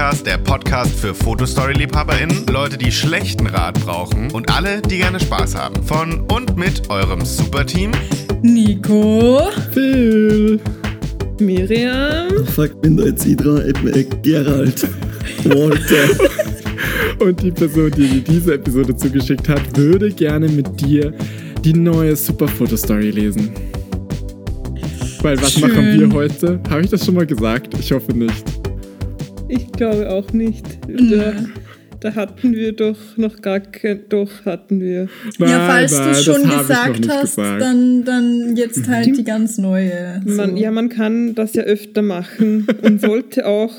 Podcast, der Podcast für Fotostory-LiebhaberInnen, Leute, die schlechten Rat brauchen und alle, die gerne Spaß haben. Von und mit eurem Superteam Nico, Phil, Miriam. Fuck, bin da jetzt ich dran, Gerald, Walter. Und die Person, die diese Episode zugeschickt hat, würde gerne mit dir die neue Super-Fotostory lesen. Weil was Schön. machen wir heute? Habe ich das schon mal gesagt? Ich hoffe nicht. Ich glaube auch nicht. Da hatten wir doch noch gar kein... Doch, hatten wir. Nein, Ja, falls du das schon habe ich noch gesagt nicht hast, gesagt. dann jetzt halt die ganz neue. So. Man kann das ja öfter machen und sollte auch...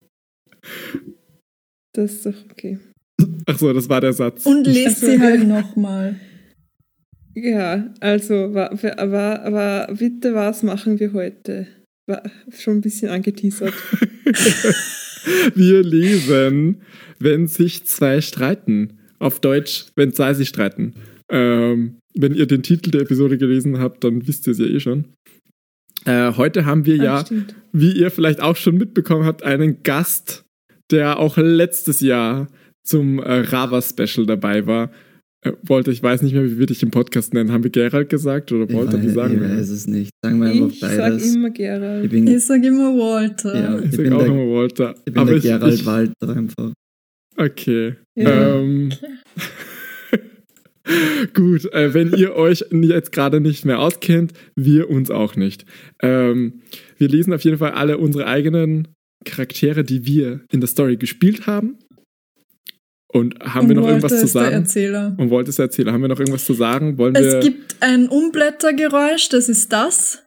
Das ist doch okay. Ach so, das war der Satz. Und lest sie Also, halt nochmal. Ja, also, bitte, was machen wir heute? War schon ein bisschen angeteasert. Wir lesen, wenn sich zwei streiten. Auf Deutsch, wenn zwei sich streiten. Wenn ihr den Titel der Episode gelesen habt, dann wisst ihr es ja eh schon. Heute haben wir Stimmt. wie ihr vielleicht auch schon mitbekommen habt, einen Gast, der auch letztes Jahr zum Rava-Special dabei war. Walter, ich weiß nicht mehr, wie wir dich im Podcast nennen. Haben wir Gerald gesagt oder Walter? Wie sagen ich wir? weiß es nicht. Sagen wir einfach Ich sag beides. immer Gerald. Ich sag immer Walter. Ja, Ich ich sag bin auch der, immer Walter. ich bin Aber der ich, Gerald Walter einfach. Okay. Ja. Gut, wenn ihr euch jetzt gerade nicht mehr auskennt, wir uns auch nicht. Wir lesen auf jeden Fall alle unsere eigenen Charaktere, die wir in der Story gespielt haben. Und haben wir noch Walter irgendwas zu ist der sagen? Erzähler. Und Walter ist der Erzähler. Haben wir noch irgendwas zu sagen? Wollen wir... Es gibt ein Umblättergeräusch, das ist das.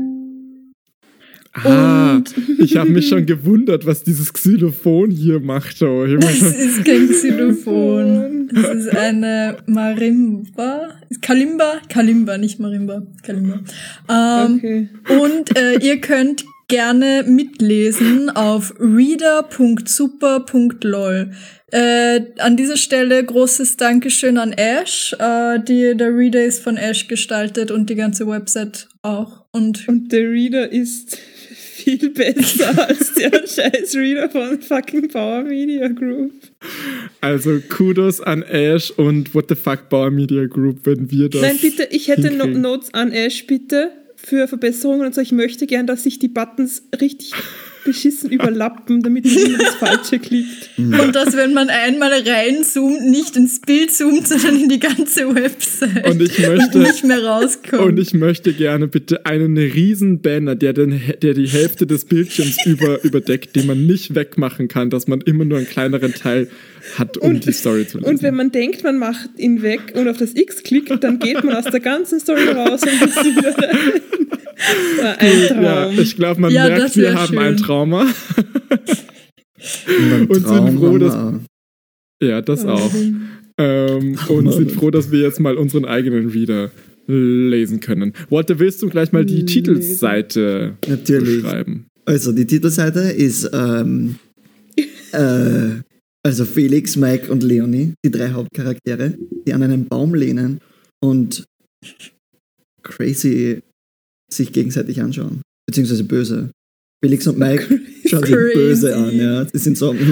Und ich habe mich schon gewundert, was dieses Xylophon hier macht. Oh, Es ist kein Xylophon. Es ist eine Marimba. Kalimba, nicht Marimba. Kalimba. Okay. Und ihr könnt gerne mitlesen auf reader.super.lol. An dieser Stelle großes Dankeschön an Ash. Der Reader ist von Ash gestaltet und die ganze Website auch. Und Der Reader ist viel besser als der scheiß Reader von fucking Power Media Group. Also Kudos an Ash und What the Fuck Bauer Media Group, wenn wir das... Nein, bitte, ich hätte hinkriegen. Notes an Ash, bitte, für Verbesserungen und so. Ich möchte gern, dass sich die Buttons richtig beschissen überlappen, damit man nicht das Falsche klickt. Und dass, wenn man einmal reinzoomt, nicht ins Bild zoomt, sondern in die ganze Website. Und ich möchte- nicht mehr rauskommt. Und ich möchte gerne bitte einen riesen Banner, der die Hälfte des Bildschirms überdeckt, den man nicht wegmachen kann, dass man immer nur einen kleineren Teil hat, um die Story zu lesen. Und wenn man denkt, man macht ihn weg und auf das X klickt, dann geht man aus der ganzen Story raus und ist wieder rein. Ein Traum. ja, ich glaube, man Ja, merkt, das wir wär haben schön. ein Trauma. Und Und sind froh, dass... auch. Ja, das auch. Und sind froh, dass wir jetzt mal unseren eigenen Reader lesen können. Walter, willst du gleich mal die Titelseite Natürlich. beschreiben? Also, die Titelseite ist also Felix, Mike und Leonie, die drei Hauptcharaktere, die an einem Baum lehnen und crazy sich gegenseitig anschauen. Beziehungsweise böse. Felix und Mike schauen sich Crazy. böse an, ja. Sie sind so,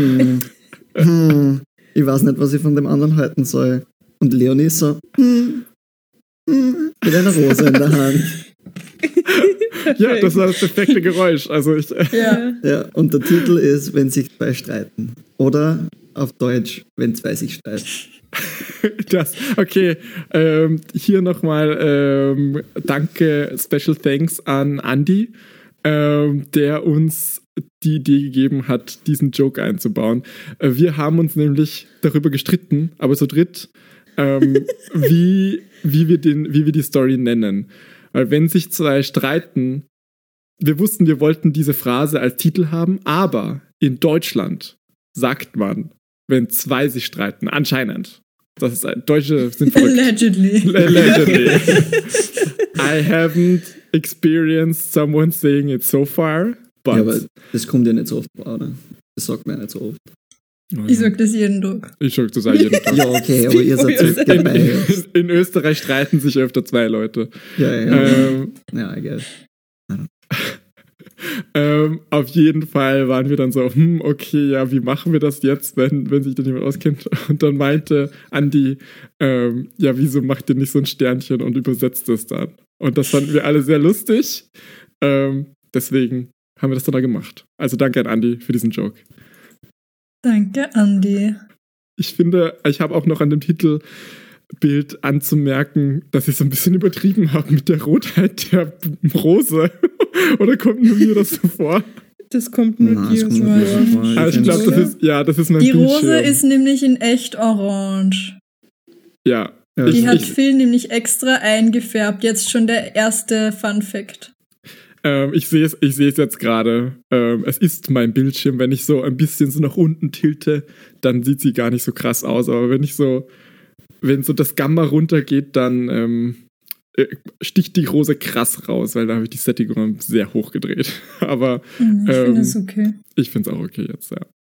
ich weiß nicht, was ich von dem anderen halten soll. Und Leonie ist so, mit einer Rose in der Hand. Ja, das war das perfekte Geräusch. Also ich... Ja. Ja, und der Titel ist, wenn sich zwei streiten. Oder auf Deutsch, wenn zwei sich streiten. Okay, hier nochmal danke, Special Thanks an Andy, der uns die Idee gegeben hat, diesen Joke einzubauen. Wir haben uns nämlich darüber gestritten, aber zu dritt, wie wir die Story nennen. Weil wenn sich zwei streiten, wir wussten, wir wollten diese Phrase als Titel haben, aber in Deutschland sagt man, wenn zwei sich streiten, anscheinend. Das ist Deutsche sind verrückt. Allegedly. Allegedly. I haven't experienced someone saying it so far, but... Ja, aber das kommt ja nicht so oft vor, oder? Das sagt man ja nicht so oft. Ich sag das jeden Tag. Ich sag das auch jeden Tag. Ja, okay, aber ihr seid Speak for nicht dabei. In Österreich streiten sich öfter zwei Leute. Ja. Ja, I guess. Auf jeden Fall waren wir dann so, okay, ja, wie machen wir das jetzt, wenn sich da jemand auskennt? Und dann meinte Andi, ja, wieso macht ihr nicht so ein Sternchen und übersetzt es dann? Und das fanden wir alle sehr lustig. Deswegen haben wir das dann da gemacht. Also danke an Andi für diesen Joke. Danke, Andi. Ich finde, ich habe auch noch an dem Titelbild anzumerken, dass ich so ein bisschen übertrieben habe mit der Rotheit der Rose. Oder kommt nur mir das so vor? Das kommt nur dir so vor. Aber ich glaube, das ist mein Die Bildschirm. Rose ist nämlich in echt orange. Ja. Die hat Phil nämlich extra eingefärbt. Jetzt schon der erste Fun Fact. Ich sehe es jetzt gerade. Es ist mein Bildschirm. Wenn ich so ein bisschen so nach unten tilte, dann sieht sie gar nicht so krass aus. Aber wenn so das Gamma runtergeht, dann sticht die Rose krass raus, weil da habe ich die Sättigung sehr hoch gedreht. Aber Ich finde es okay. Ich finde es auch okay jetzt, ja.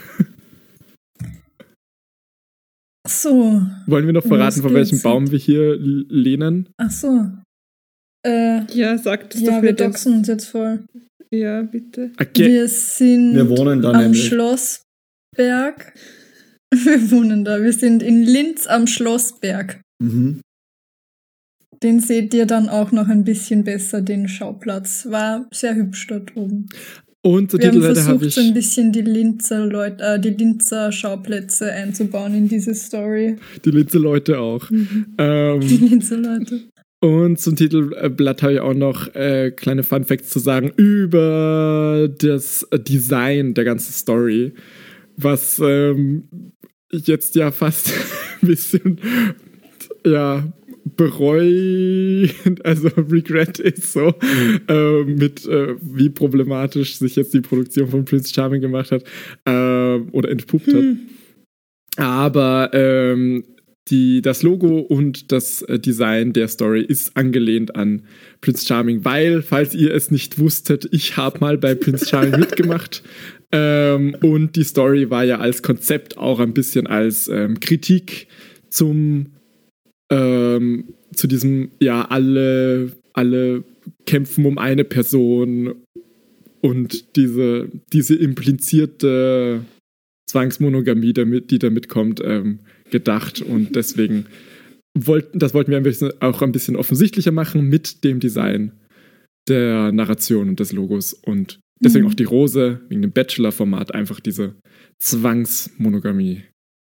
So. Wollen wir noch verraten, von welchem Baum wir hier lehnen? Ach so. Ja, sagt es doch. Ja, wir doxen uns jetzt voll. Ja, bitte. Okay. Wir wohnen da am nämlich. Schlossberg. Wir wohnen da. Wir sind in Linz am Schlossberg. Mhm. Den seht ihr dann auch noch ein bisschen besser, den Schauplatz. War sehr hübsch dort oben. Und zur wir haben Titelseite habe versucht, ich so ein bisschen die Linzer Schauplätze einzubauen in diese Story. die Linze-Leute auch. Die Linzer Leute. Und zum Titelblatt habe ich auch noch kleine Funfacts zu sagen über das Design der ganzen Story, was jetzt ja fast ein bisschen also Regret ist so, mit wie problematisch sich jetzt die Produktion von Prince Charming gemacht hat oder entpuppt hat. Aber das Logo und das Design der Story ist angelehnt an Prince Charming, weil, falls ihr es nicht wusstet, ich habe mal bei Prince Charming mitgemacht und die Story war ja als Konzept auch ein bisschen als Kritik zu diesem, ja, alle kämpfen um eine Person und diese implizierte Zwangsmonogamie, die damit kommt, gedacht. Und deswegen wollten wir auch ein bisschen offensichtlicher machen mit dem Design der Narration und des Logos. Und deswegen auch die Rose, wegen dem Bachelor-Format, einfach diese Zwangsmonogamie.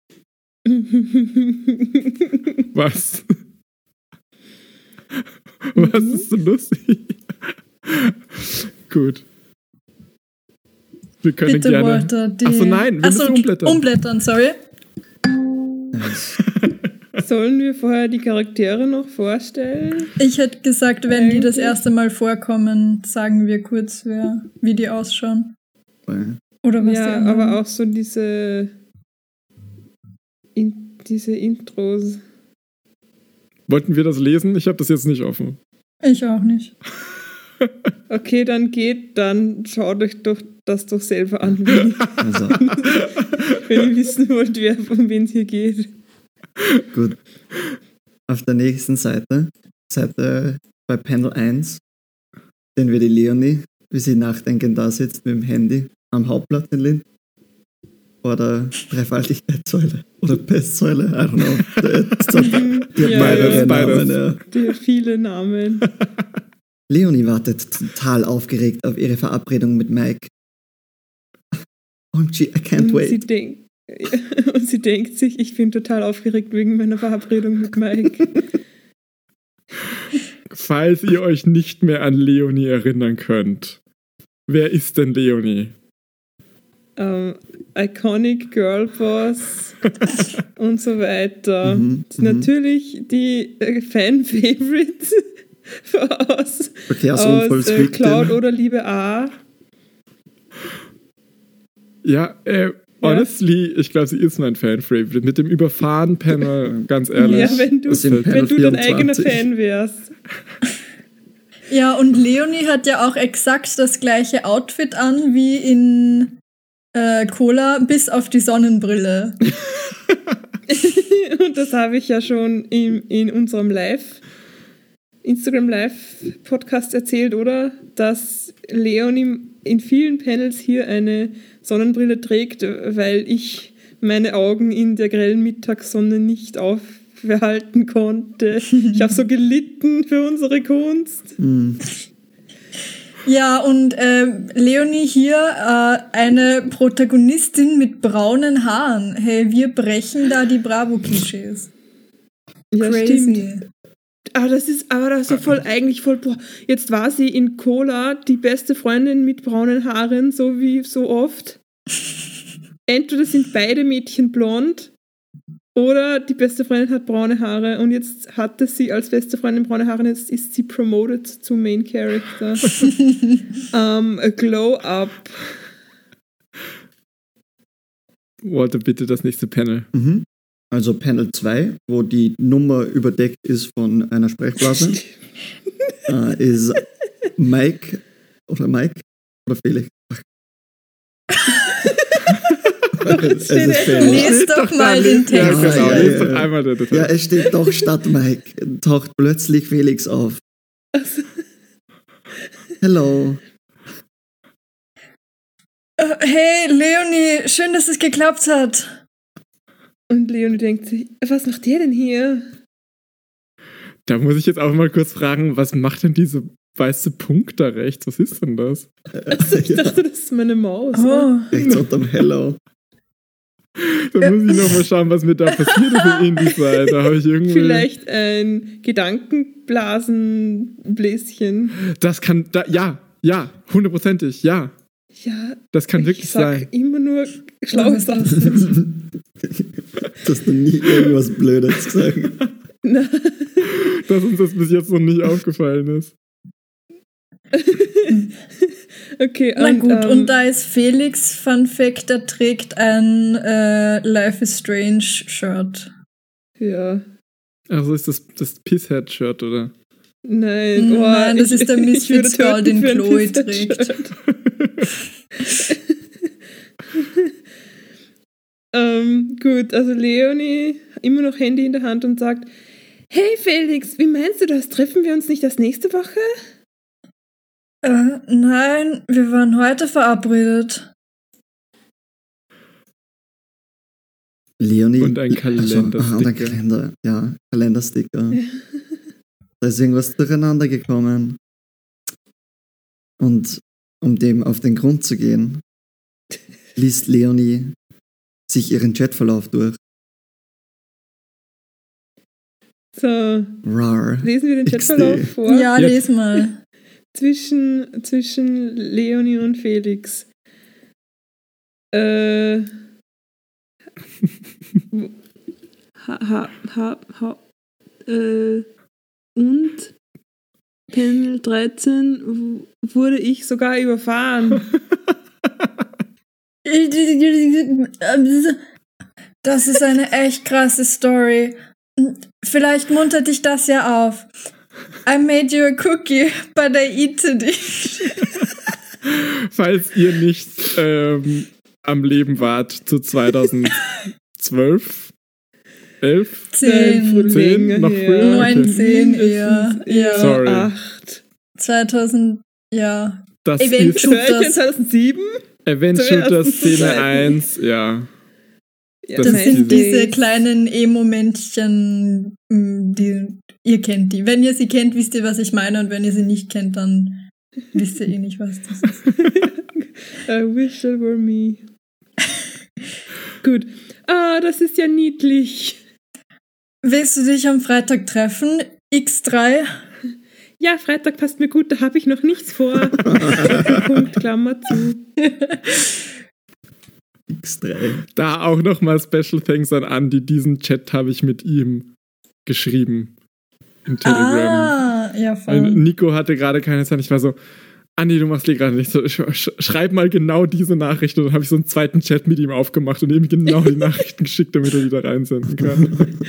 Was? Was ist so lustig? Gut. Wir können Bitte, gerne... Walter, Achso, nein, wir müssen umblättern. Umblättern, sorry. Sollen wir vorher die Charaktere noch vorstellen? Ich hätte gesagt, wenn die das erste Mal vorkommen, sagen wir kurz, wie die ausschauen. Oder was ja, aber auch so diese Intros. Wollten wir das lesen? Ich habe das jetzt nicht offen. Ich auch nicht. Okay, dann schaut euch doch das doch selber an, Also. wenn ihr wissen wollt, um wen es hier geht. Gut. Auf der nächsten Seite bei Panel 1, sehen wir die Leonie, wie sie nachdenkend da sitzt mit dem Handy am Hauptplatz in Linz. Oder Dreifaltigkeitssäule. Oder Pestsäule, I don't know. Die hat mehrere Namen, ja. Die hat viele Namen. Leonie wartet total aufgeregt auf ihre Verabredung mit Mike. OMG, I can't wait. Und sie denkt sich, ich bin total aufgeregt wegen meiner Verabredung mit Mike. Falls ihr euch nicht mehr an Leonie erinnern könnt, wer ist denn Leonie? Iconic Girlboss und so weiter. Natürlich die Fan-Favorites aus Cloud oder Liebe A. Ja, honestly, ich glaube, sie ist mein Fan-Favorite. Mit dem Überfahren-Panel, ganz ehrlich. Ja, wenn du dein eigener Fan wärst. Ja, und Leonie hat ja auch exakt das gleiche Outfit an wie in Cola, bis auf die Sonnenbrille. Und das habe ich ja schon in unserem Instagram Live Podcast erzählt, oder? Dass Leonie in vielen Panels hier eine Sonnenbrille trägt, weil ich meine Augen in der grellen Mittagssonne nicht aufbehalten konnte. Ich habe so gelitten für unsere Kunst. Ja, und Leonie hier, eine Protagonistin mit braunen Haaren. Hey, wir brechen da die Bravo-Klischees. Ja, Crazy. stimmt. Aber das ist so voll, eigentlich voll, boah, jetzt war sie in Cola die beste Freundin mit braunen Haaren, so wie so oft. Entweder sind beide Mädchen blond oder die beste Freundin hat braune Haare und jetzt hatte sie als beste Freundin braune Haare und jetzt ist sie promoted zum Main Character. A Glow Up. Walter, bitte das nächste Panel. Also Panel 2, wo die Nummer überdeckt ist von einer Sprechblase, ist Mike oder Felix. Es ist Felix. Lies doch mal den Ja, Text. genau. Ja, Lies doch ja. einmal den Ja, es steht doch statt Mike, taucht plötzlich Felix auf. Hello. Hey, Leonie, schön, dass es geklappt hat. Und Leonie denkt sich, was macht der denn hier? Da muss ich jetzt auch mal kurz fragen, was macht denn diese weiße Punkt da rechts? Was ist denn das? Also ich dachte, das ist meine Maus. Oh. Rechts unterm Hello. Da muss ich noch mal schauen, was mir da passiert ist im InDesign. Da habe ich irgendwie... Vielleicht ein Gedankenblasenbläschen. Das kann... ja, 100%, ja. Ja, Das kann ich wirklich sag sein. immer nur schlaue Sachen. Du hast noch nie irgendwas Blödes gesagt. Dass uns das bis jetzt noch nicht aufgefallen ist. Okay, Na gut, und da ist Felix, Fun Fact, der trägt ein Life is Strange Shirt. ja. Also ist das Pisshead-Shirt, oder? Nein, Nein, das ist der ich Misfit würde Skull, töten den für ein Chloe Pisshead-Shirt. Gut, also Leonie immer noch Handy in der Hand und sagt, hey Felix, wie meinst du das? Treffen wir uns nicht erst nächste Woche? Nein, wir waren heute verabredet. Leonie. Und ein Kalendersticker. Und ein Kalender, ja, Kalendersticker. Da ist irgendwas durcheinander gekommen. Und um dem auf den Grund zu gehen, liest Leonie sich ihren Chatverlauf durch. So, Rar. lesen wir den XD. Chatverlauf vor. Ja, Ja. les mal. Zwischen Leonie und Felix. Und Panel 13 wurde ich sogar überfahren. Das ist eine echt krasse Story. Vielleicht muntert dich das ja auf. I made you a cookie, but I eaten it. Falls ihr nicht am Leben wart zu 2012, 11, 10, 10, noch früher? 19 eher. Ja. Sorry. 8. 2000, ja. Das Event ist Shooters. 2007? Event Zur Shooter ersten, zur Szene zweiten. 1, ja. Ja, Das Das ist sind diese- diese kleinen Emo-Männchen, ihr kennt die. Wenn ihr sie kennt, wisst ihr, was ich meine. Und wenn ihr sie nicht kennt, dann wisst ihr eh nicht, was das ist. I wish that were me. Gut. Ah, das ist ja niedlich. Willst du dich am Freitag treffen? X3? Ja, Freitag passt mir gut, da habe ich noch nichts vor. Punkt, Klammer zu. X3. Da auch nochmal Special Thanks an Andy. Diesen Chat habe ich mit ihm geschrieben. Im Telegram. Ah, ja, Weil voll. Nico hatte gerade keine Zeit. Ich war so, Andi, du machst dir gerade nicht so. Schreib mal genau diese Nachricht. Und dann habe ich so einen zweiten Chat mit ihm aufgemacht und ihm genau die Nachrichten geschickt, damit er die da reinsenden kann.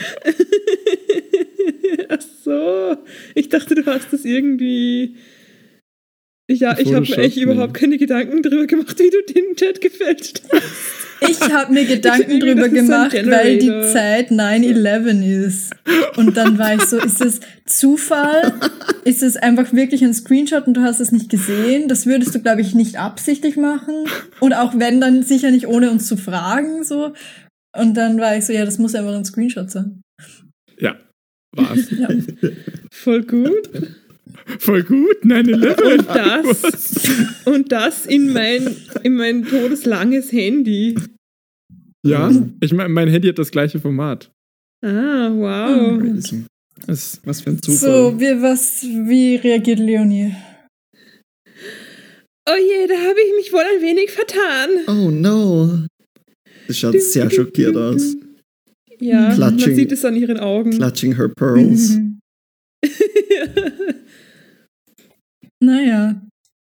Ach so. Ich dachte, du hast das irgendwie Ich habe mir Photoshop, echt überhaupt keine Gedanken drüber gemacht, wie du den Chat gefälscht hast. Ich habe mir Gedanken Ich denke, drüber das ist so ein gemacht, weil die Generator. Zeit 9/11 ist. Und dann war ich so, ist es Zufall? Ist es einfach wirklich ein Screenshot und du hast es nicht gesehen? Das würdest du, glaube ich, nicht absichtlich machen. Und auch wenn, dann sicher nicht ohne uns zu fragen, so. Und dann war ich so, ja, das muss einfach ein Screenshot sein. Ja, war's. Ja. Voll gut. Voll gut, 9/11. Und das in mein todeslanges Handy. Ja, ich meine, mein Handy hat das gleiche Format. Ah, wow. Crazy. Das, Was für ein Zufall. So, wie reagiert Leonie? Oh je, da habe ich mich wohl ein wenig vertan. Oh no. Das schaut sehr schockiert aus. Ja, man Clutching. sieht es an ihren Augen. Clutching her pearls. Mhm. Naja.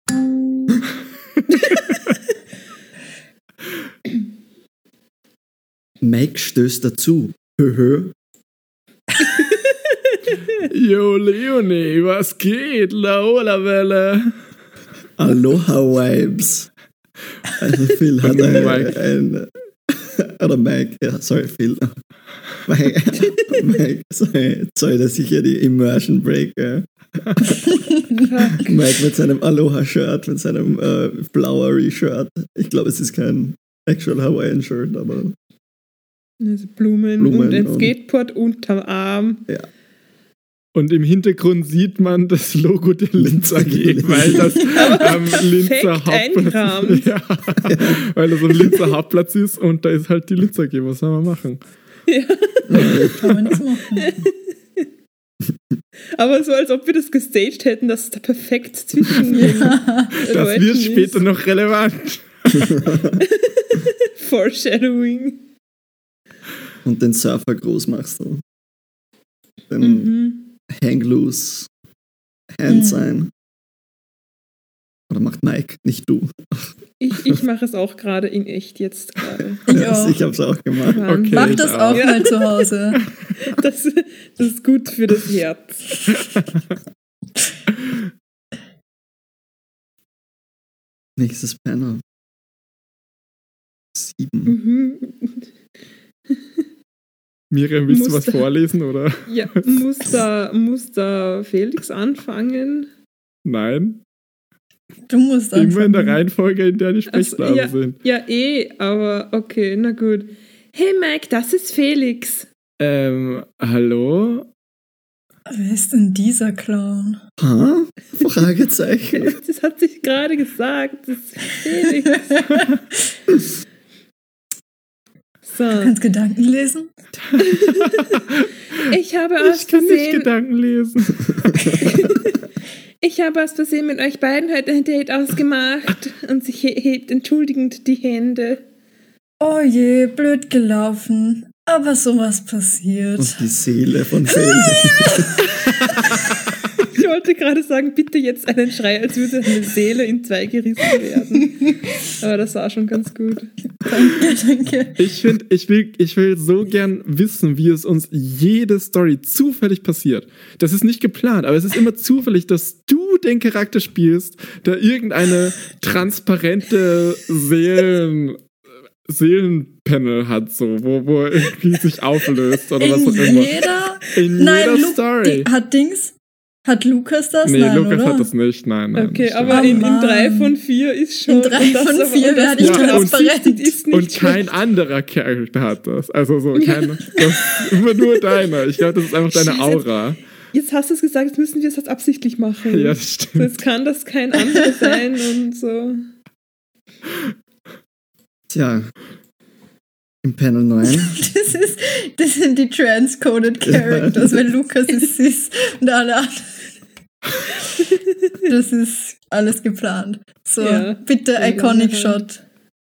Mike stößt dazu. Höhö. Yo, Leonie, was geht? Laola-Welle. Aloha Vibes. Also Phil hat Mike. oder Mike, ja, sorry, Phil. Mike, sorry, dass ich hier die Immersion breake. Mike mit seinem Aloha-Shirt, mit seinem Flowery-Shirt. Ich glaube, es ist kein actual Hawaiian-Shirt, aber Also Blumen und ein Skateboard unterm Arm. ja. Und im Hintergrund sieht man das Logo der Linz AG, weil das am Linzer Hauptplatz eingerahmt. ja, weil das am Linzer Hauptplatz ist und da ist halt die Linz AG. Was soll man machen? Kann man nichts machen. Aber so, als ob wir das gestaged hätten, dass es da perfekt zwischen Ja. Das wird später noch relevant. Foreshadowing. Und den Surfer groß machst du. Den Hang Loose Hand Sign. Oder macht Mike, nicht du. Ich mache es auch gerade in echt jetzt gerade. Ich auch. Ich hab's auch gemacht. Wahnsinn. Mach ich das auch. auch mal zu Hause. Das ist gut für das Herz. Nächstes Panel. 7. Mhm. Miriam, willst du Muss was vorlesen, oder? Ja, muss da Felix anfangen? Nein. Du musst Immer in der anfangen. Reihenfolge, in der die Sprechblasen sind. Ja, aber okay, na gut. Hey Mike, das ist Felix. Hallo? Wer ist denn dieser Clown? Ha? Fragezeichen. Das hat sich gerade gesagt. Das ist Felix. So. Du kannst Gedanken lesen? Ich habe Ich kann nicht Gedanken lesen. Ich habe aus Versehen mit euch beiden heute ein Date ausgemacht und sie hebt entschuldigend die Hände. Oh je, blöd gelaufen. Aber sowas passiert. Und die Seele von Felix. Ich wollte gerade sagen, bitte jetzt einen Schrei, als würde eine Seele in zwei gerissen werden. Aber das war schon ganz gut. Danke. Ich will so gern wissen, wie es uns jede Story zufällig passiert. Das ist nicht geplant, aber es ist immer zufällig, dass du den Charakter spielst, der irgendeine transparente Seelenpanel hat, so, wo er irgendwie sich auflöst oder was auch immer. In jeder Story. Hat Lukas das? Nee, Nein, Lukas oder? hat das nicht. Nein. Okay, das aber stimmt. in 3 von 4 ist schon. In 3 von 4 werde ich transparent. Ist nicht Und kein anderer Charakter hat das. Also so, das ist immer nur deiner. Ich glaube, das ist einfach deine Aura. Jetzt hast du es gesagt, jetzt müssen wir es jetzt absichtlich machen. Ja, das So, stimmt. jetzt kann das kein anderer sein und so. Tja. Im Panel 9. Das sind die transcoded Characters, weil Lukas ist cis und alle anderen. Das ist alles geplant. So, Ja. bitte Ja, Iconic ja. Shot.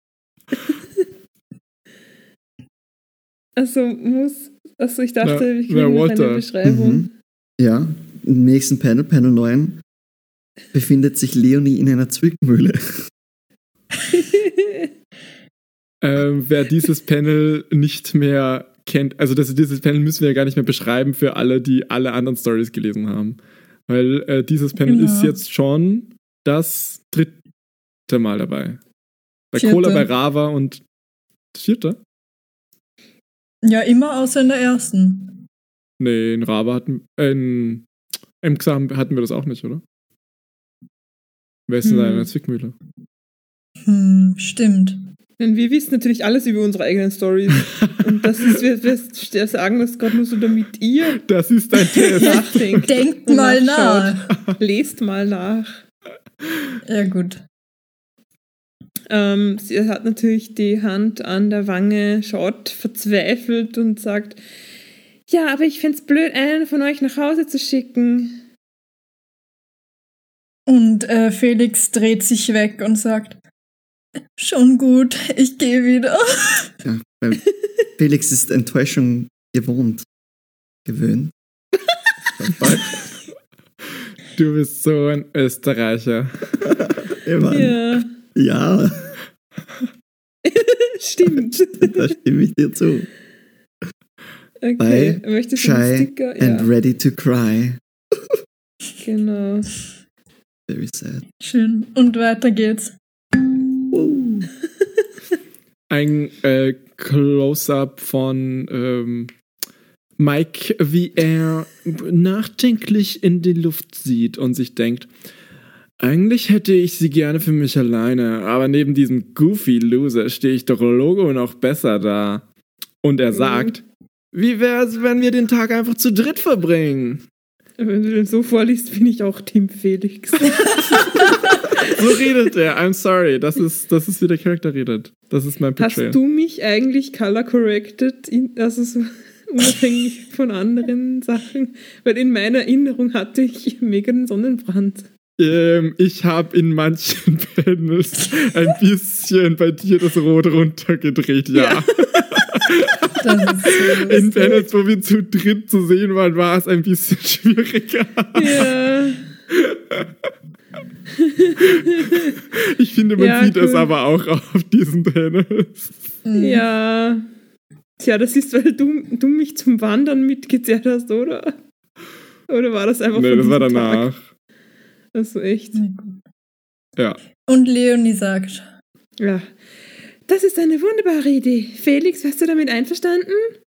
Ich dachte, ich kriege noch Walter. eine Beschreibung. Mhm. Ja, im nächsten Panel, Panel 9, befindet sich Leonie in einer Zwickmühle. Wer dieses Panel nicht mehr kennt, also dieses Panel müssen wir ja gar nicht mehr beschreiben für alle, die alle anderen Stories gelesen haben. Weil dieses Panel Genau. ist jetzt schon das 3. Mal dabei. Bei 4. Cola, bei Rava und 4. Ja, immer außer in der ersten. Nee, in Rava in Emxa hatten wir das auch nicht, oder? Wer ist denn da in der Zwickmühle? Stimmt. Denn wir wissen natürlich alles über unsere eigenen Storys. Und das ist, wir sagen das gerade nur so, damit ihr Das ist ein Test. nachdenkt. Denkt und mal nachschaut. nach. Lest mal nach. Ja, gut. Sie hat natürlich die Hand an der Wange, schaut verzweifelt und sagt, ja, aber ich find's blöd, einen von euch nach Hause zu schicken. Und Felix dreht sich weg und sagt, schon gut, ich gehe wieder. Ja, weil Felix ist Enttäuschung gewöhnt. Du bist so ein Österreicher. Ja, Ja, stimmt. da stimme ich dir zu. Okay, Bei möchtest du einen Shy Sticker? and Ja, ready to cry. genau. Very sad. Schön. Und weiter geht's. Ein Close-up von Mike, wie er nachdenklich in die Luft sieht und sich denkt, eigentlich hätte ich sie gerne für mich alleine, aber neben diesem goofy Loser stehe ich doch Logo noch besser da. Und er sagt, wie wär's, wenn wir den Tag einfach zu dritt verbringen? Wenn du den so vorliest, bin ich auch Team Felix. So redet er, I'm sorry, das ist wie der Charakter redet. Das ist mein Portrayal. Hast du mich eigentlich color-corrected, also so unabhängig von anderen Sachen? Weil in meiner Erinnerung hatte ich mega den Sonnenbrand. Ich habe in manchen Panels ein bisschen bei dir das Rot runtergedreht, ja. Das ist so In lustig. Panels, wo wir zu dritt zu sehen waren, war es ein bisschen schwieriger. Ja. Ich finde, man Ja, sieht es cool. aber auch auf diesen Panels. Ja. Tja, das ist, weil du mich zum Wandern mitgezerrt hast, oder? Oder war das einfach Nee, von das war diesem Tag? danach. Also echt. Ja. Und Leonie sagt, Ja. Das ist eine wunderbare Idee. Felix, wärst du damit einverstanden?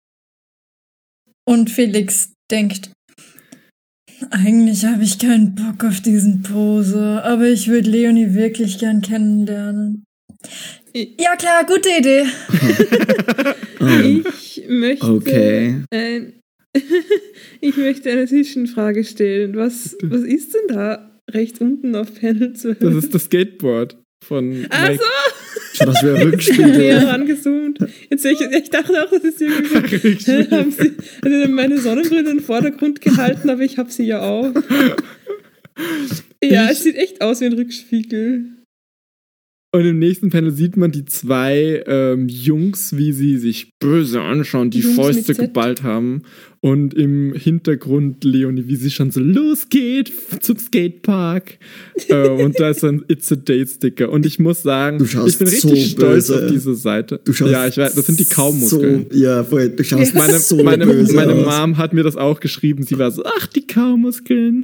und Felix denkt, eigentlich habe ich keinen Bock auf diesen Poser, aber ich würde Leonie wirklich gern kennenlernen. Ja klar, gute Idee. Ich möchte Okay. ich möchte eine Zwischenfrage stellen. Was ist denn da rechts unten auf Panel 12? Das ist das Skateboard von Ach Mike. so, Schaut aus wie ein näher Rückspiegel. rangezoomt. Jetzt ich dachte auch, das ist irgendwie so. Haben sie also meine Sonnenbrille in den Vordergrund gehalten, aber ich habe sie ja auch. Ja, es sieht echt aus wie ein Rückspiegel. Und im nächsten Panel sieht man die zwei Jungs, wie sie sich böse anschauen, die Jungs mit Fäuste Z. geballt haben. Und im Hintergrund Leonie, wie sie schon so losgeht zum Skatepark. Und da ist ein It's a Date Sticker. Und ich muss sagen, Du schaust ich bin richtig so stolz böse. auf diese Seite. Du schaust Ja, ich weiß, das sind die Kaumuskeln. So, ja, voll. Du schaust Meine so böse meine aus. Mom hat mir das auch geschrieben. Sie war so, ach, die Kaumuskeln.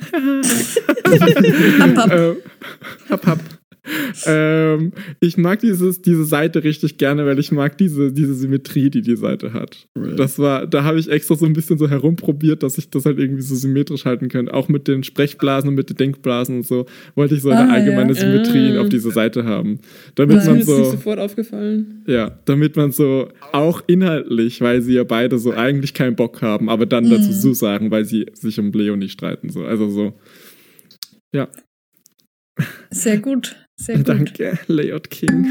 Hab, hab. Ich mag diese Seite richtig gerne, weil ich mag diese Symmetrie, die Seite hat. Right. Da habe ich extra so ein bisschen so herumprobiert, dass ich das halt irgendwie so symmetrisch halten könnte. Auch mit den Sprechblasen und mit den Denkblasen und so wollte ich so eine allgemeine ja. Symmetrie auf diese Seite haben. Damit Das ist man mir jetzt nicht so, sofort aufgefallen. ja, damit man so auch inhaltlich, weil sie ja beide so eigentlich keinen Bock haben, aber dann dazu so sagen, weil sie sich um Leonie streiten. So. Also so, ja. Sehr gut, sehr gut. Danke, Layout King.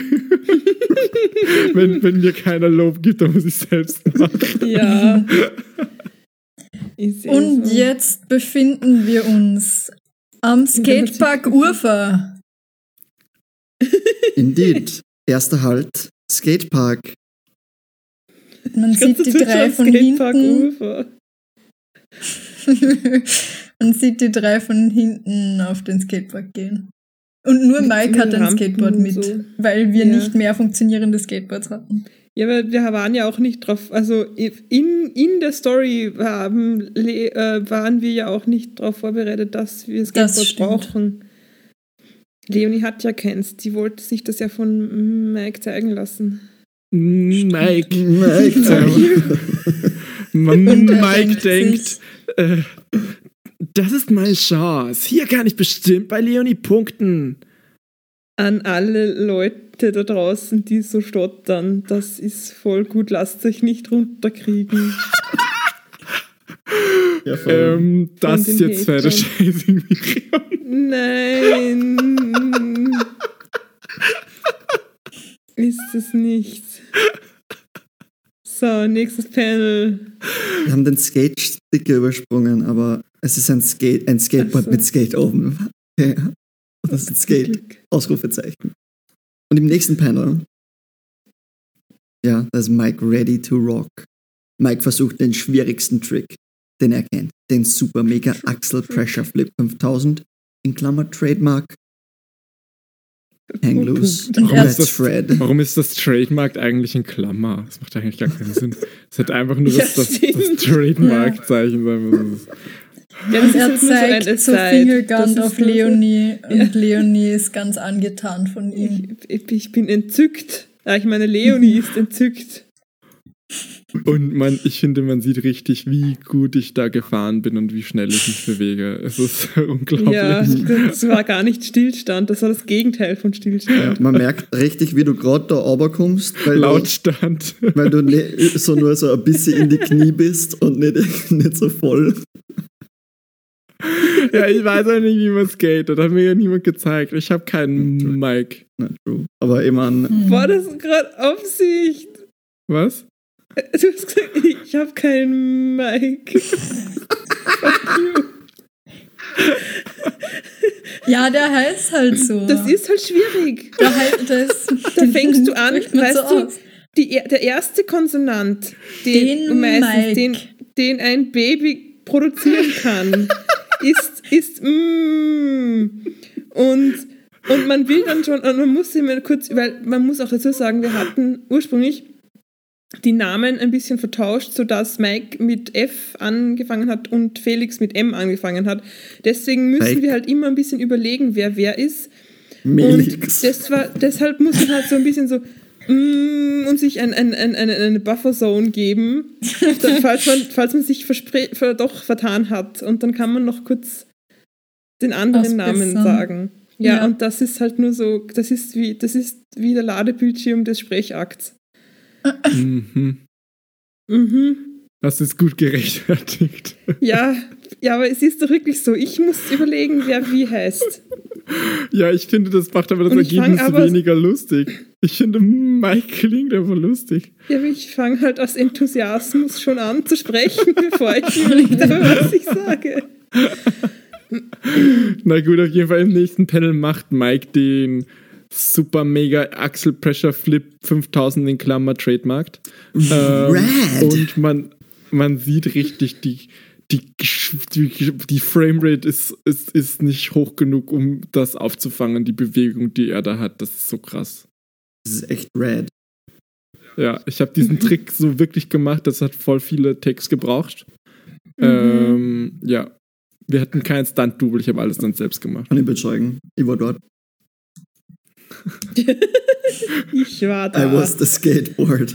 wenn mir keiner Lob gibt, dann muss ich selbst machen. Ja. Ich sehe Und so. jetzt befinden wir uns am Skatepark Urfa. Indeed. Erster Halt, Skatepark. Man sieht die Ganze drei Zeit von Skatepark hinten. Ufer. Man sieht die drei von hinten auf den Skatepark gehen. Und nur Mit Mike den hat ein Rampen Skateboard und mit, so. weil wir Ja. nicht mehr funktionierende Skateboards hatten. Ja, weil wir waren ja auch nicht drauf, also in der Story waren wir ja auch nicht darauf vorbereitet, dass wir Das Skateboard stimmt. brauchen. Leonie hat ja keins. Die wollte sich das ja von Mike zeigen lassen. Mike. Und er Mike denkt denkt, das ist meine Chance. Hier kann ich bestimmt bei Leonie punkten. An alle Leute da draußen, die so stottern, das ist voll gut. Lasst euch nicht runterkriegen. Ja, voll. Das Von ist den jetzt Hatern. Pferdechasing, Miriam. Nein. Ist es nicht. So, nächstes Panel. Wir haben den Skate-Sticker übersprungen, aber es ist ein Skateboard Ach so. mit Skate oben. Okay. Das ist ein Skate. Glück. Ausrufezeichen. Und im nächsten Panel, ja, da ist Mike ready to rock. Mike versucht den schwierigsten Trick, den er kennt. Den Super Mega Axel Pressure Flip 5000, in Klammer Trademark. Hang loose. Und er- That's Fred. Warum ist das Trademark eigentlich in Klammer? Das macht eigentlich gar keinen Sinn. Es hätte einfach nur Ja, das stimmt. Trademark-Zeichen sein müssen. Ja, Und das er ist halt nur zeigt so so ein Aside. Fingergun Das auf ist nur so- Leonie und Leonie ist ganz angetan von ihm. Ich bin entzückt. Ja, ich meine, Leonie ist entzückt. Und ich finde, man sieht richtig, wie gut ich da gefahren bin und wie schnell ich mich bewege. Es ist unglaublich. Ja, das war gar nicht Stillstand, das war das Gegenteil von Ja, Stillstand. man merkt richtig, wie du gerade da runterkommst, Lautstand. weil du so nur so ein bisschen in die Knie bist und nicht so voll. Ja, ich weiß auch nicht, wie man skatet. Hat mir ja niemand gezeigt. Ich habe keinen Mic. Na, true. Aber ich meine, War das gerade Absicht? Was? Du hast gesagt, ich habe keinen Mic. Fuck you. Ja, der heißt halt so. Das ist halt schwierig. Da fängst du an, spricht man weißt so du, aus. der erste Konsonant, Den meistens, Mike. den ein Baby produzieren kann, ist und man will dann schon, und man muss immer kurz, weil man muss auch dazu sagen, wir hatten ursprünglich die Namen ein bisschen vertauscht, sodass Mike mit F angefangen hat und Felix mit M angefangen hat. Deswegen müssen Mike. wir halt immer ein bisschen überlegen, wer ist. Melix. Und deshalb muss man halt so ein bisschen so und sich eine Bufferzone geben, falls man sich doch vertan hat. Und dann kann man noch kurz den anderen Namen Ausbessern. sagen. Ja, Ja. und das ist halt nur so, das ist wie der Ladebildschirm des Sprechakts. Mhm. Mhm. Das ist gut gerechtfertigt. Ja, aber es ist doch wirklich so. Ich muss überlegen, wer wie heißt. Ja, ich finde, das macht aber das Und ich fang Ergebnis aber- weniger lustig. Ich finde, Mike klingt einfach lustig. Ja, aber ich fange halt aus Enthusiasmus schon an zu sprechen, bevor ich überlegt habe, was ich sage. Na gut, auf jeden Fall im nächsten Panel macht Mike den Super Mega Axel Pressure Flip 5000 in Klammer Trademark. Rad. Und man sieht richtig, die Framerate ist nicht hoch genug, um das aufzufangen, die Bewegung, die er da hat. Das ist so krass. Das ist echt rad. Ja, ich habe diesen Trick so wirklich gemacht, das hat voll viele Takes gebraucht. Ja, wir hatten kein Stunt-Double, ich habe alles dann selbst gemacht. Kann ich bezeugen. Ich war dort. Ich war I da. was the skateboard.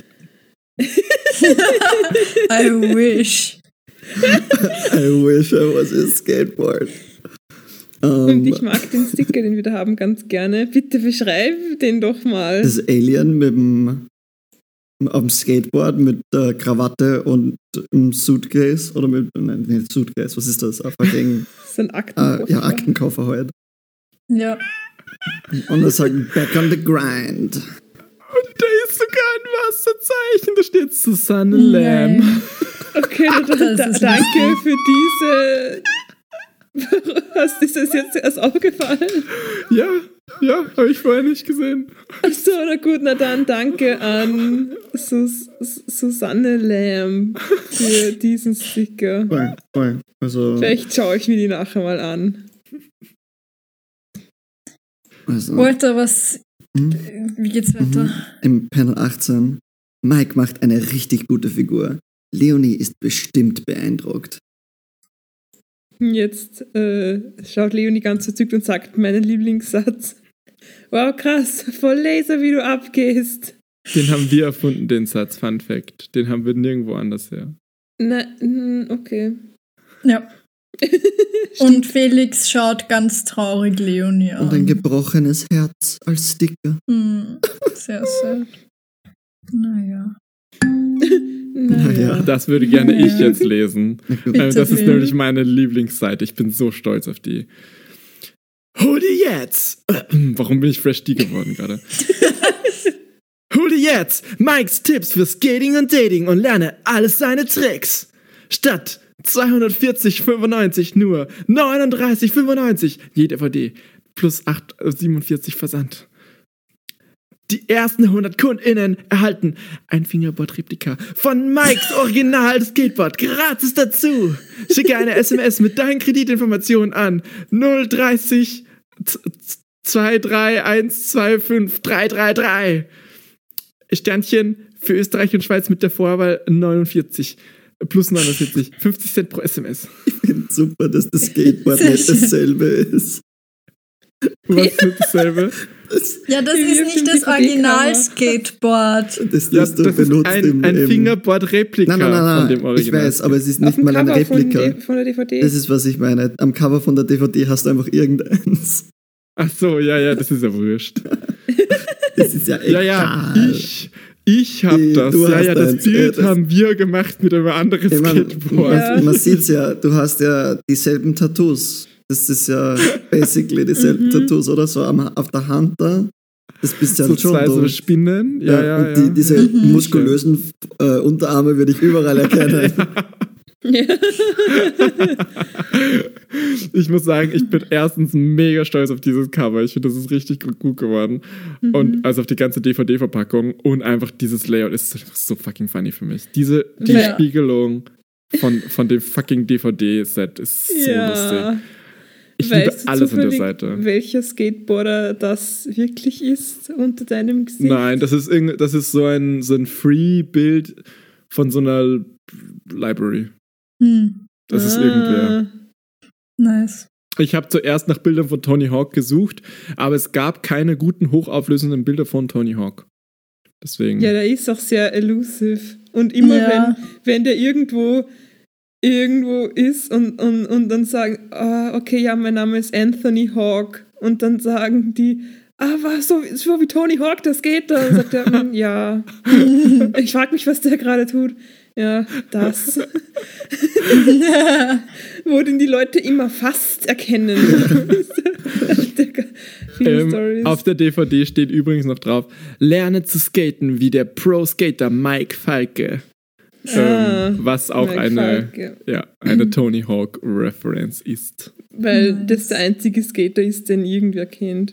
I wish. I wish I was a skateboard. Und ich mag den Sticker, den wir da haben, ganz gerne. Bitte beschreib den doch mal. Das Alien auf dem Skateboard mit der Krawatte und dem Suitcase oder nein, nicht Suitcase, was ist das? Ein fucking, Das ist ein Aktenkoffer. ja, Aktenkoffer halt. Ja. Und er sagt, back on the grind. Und da ist sogar ein Wasserzeichen, da steht Susanne Lamb. Nein. Okay, Das ist danke für diese... Ist das jetzt erst aufgefallen? Ja, habe ich vorher nicht gesehen. Achso, na gut, na dann danke an Susanne Lamb für diesen Sticker. Voll. Also, Vielleicht schaue ich mir die nachher mal an. Walter, wie geht's weiter? Im Panel 18. Mike macht eine richtig gute Figur. Leonie ist bestimmt beeindruckt. Jetzt schaut Leonie ganz verzückt und sagt meinen Lieblingssatz. Wow, krass, voll Laser, wie du abgehst. Den haben wir erfunden, den Satz, Fun Fact. Den haben wir nirgendwo anders her. Okay. Ja. Und Felix schaut ganz traurig Leonie an. Und ein gebrochenes Herz als Sticker. Sehr sad. Naja. Naja. Das würde gerne ich jetzt lesen. Bitte, Das ist Phil. nämlich meine Lieblingsseite. Ich bin so stolz auf die. Hol dir jetzt! Warum bin ich Fresh D geworden gerade? Hol dir jetzt Mikes Tipps für Skating und Dating und lerne alles seine Tricks. Statt 240,95 nur 39,95 je DVD plus 8,47 Versand. Die ersten 100 KundInnen erhalten ein Fingerboard-Replika von Mikes Original-Skateboard gratis dazu. Schicke eine SMS mit deinen Kreditinformationen an 030 23125 333. Sternchen für Österreich und Schweiz mit der Vorwahl 49 plus 49. 50 Cent pro SMS. Ich finde super, dass das Skateboard Sehr nicht schön. dasselbe ist. Was ist dasselbe? Ja, das Wie ist auf nicht dem das DVD-Cover. Original-Skateboard. Das Ja, du das ist benutzt ein im Fingerboard-Replika Nein, von dem Original. ich weiß, aber es ist Auf nicht dem mal ein Cover Replika. von der DVD. Das ist, was ich meine. Am Cover von der DVD hast du einfach irgendeins. Ach so, ja, das ist ja wurscht. Das ist ja egal. Ja, ich hab das. Du hast Das eins, Bild das- haben wir gemacht mit einem anderen Ich mein, Skateboard. Ja. man sieht's ja, du hast ja dieselben Tattoos. Das ist ja basically dieselben Tattoos, oder so auf der Hand da. Das bist ja So schon zwei du. so Spinnen. Ja. Und diese muskulösen Unterarme würde ich überall erkennen. Ich muss sagen, ich bin erstens mega stolz auf dieses Cover. Ich finde, das ist richtig gut geworden. Und also auf die ganze DVD-Verpackung und einfach dieses Layout ist so fucking funny für mich. Die Ja. Spiegelung von dem fucking DVD-Set ist so lustig. Ich liebe Weißt du alles an der zufällig, Seite. welcher Skateboarder das wirklich ist unter deinem Gesicht? Nein, das ist so ein Free-Bild von so einer Library. Das ist irgendwer. Nice. Ich habe zuerst nach Bildern von Tony Hawk gesucht, aber es gab keine guten, hochauflösenden Bilder von Tony Hawk. Deswegen. Ja, der ist auch sehr elusive. Und immer Ja. wenn der irgendwo ist und dann sagen, okay, ja, mein Name ist Anthony Hawk. Und dann sagen die, was, so wie Tony Hawk, das geht da. Und sagt er, ja. Ich frage mich, was der gerade tut. Ja, das. Wo den die Leute immer fast erkennen. Viele Storys. Auf der DVD steht übrigens noch drauf: Lerne zu skaten wie der Pro-Skater Mike Falke. Was auch Mike eine Falke. Tony Hawk-Reference ist. Weil Nice. das der einzige Skater ist, den irgendwer kennt.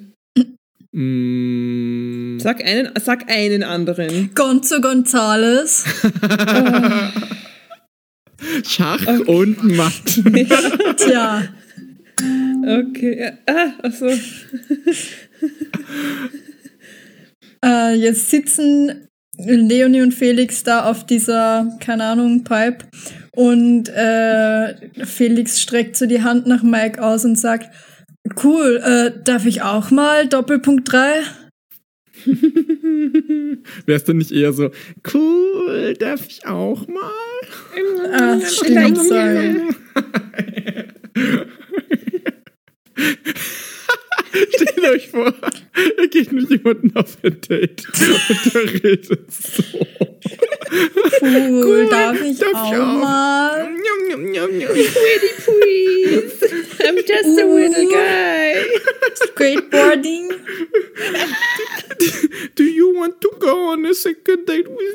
Mm, Sag einen anderen. Gonzo Gonzales. Schach und Matt. Tja. Okay. Achso. Jetzt sitzen Leonie und Felix da auf dieser, keine Ahnung, Pipe. Und Felix streckt so die Hand nach Mike aus und sagt, cool, darf ich auch mal Doppelpunkt 3? Wär's dann nicht eher so, cool, darf ich auch mal? Stimmt, sorry. Stellt euch vor, ihr geht mit jemandem auf ein Date und der redet so. Cool, darf ich darf ich auch auch? mal? Pretty please. I'm just a little guy. Skateboarding? Do you want to go on a second date with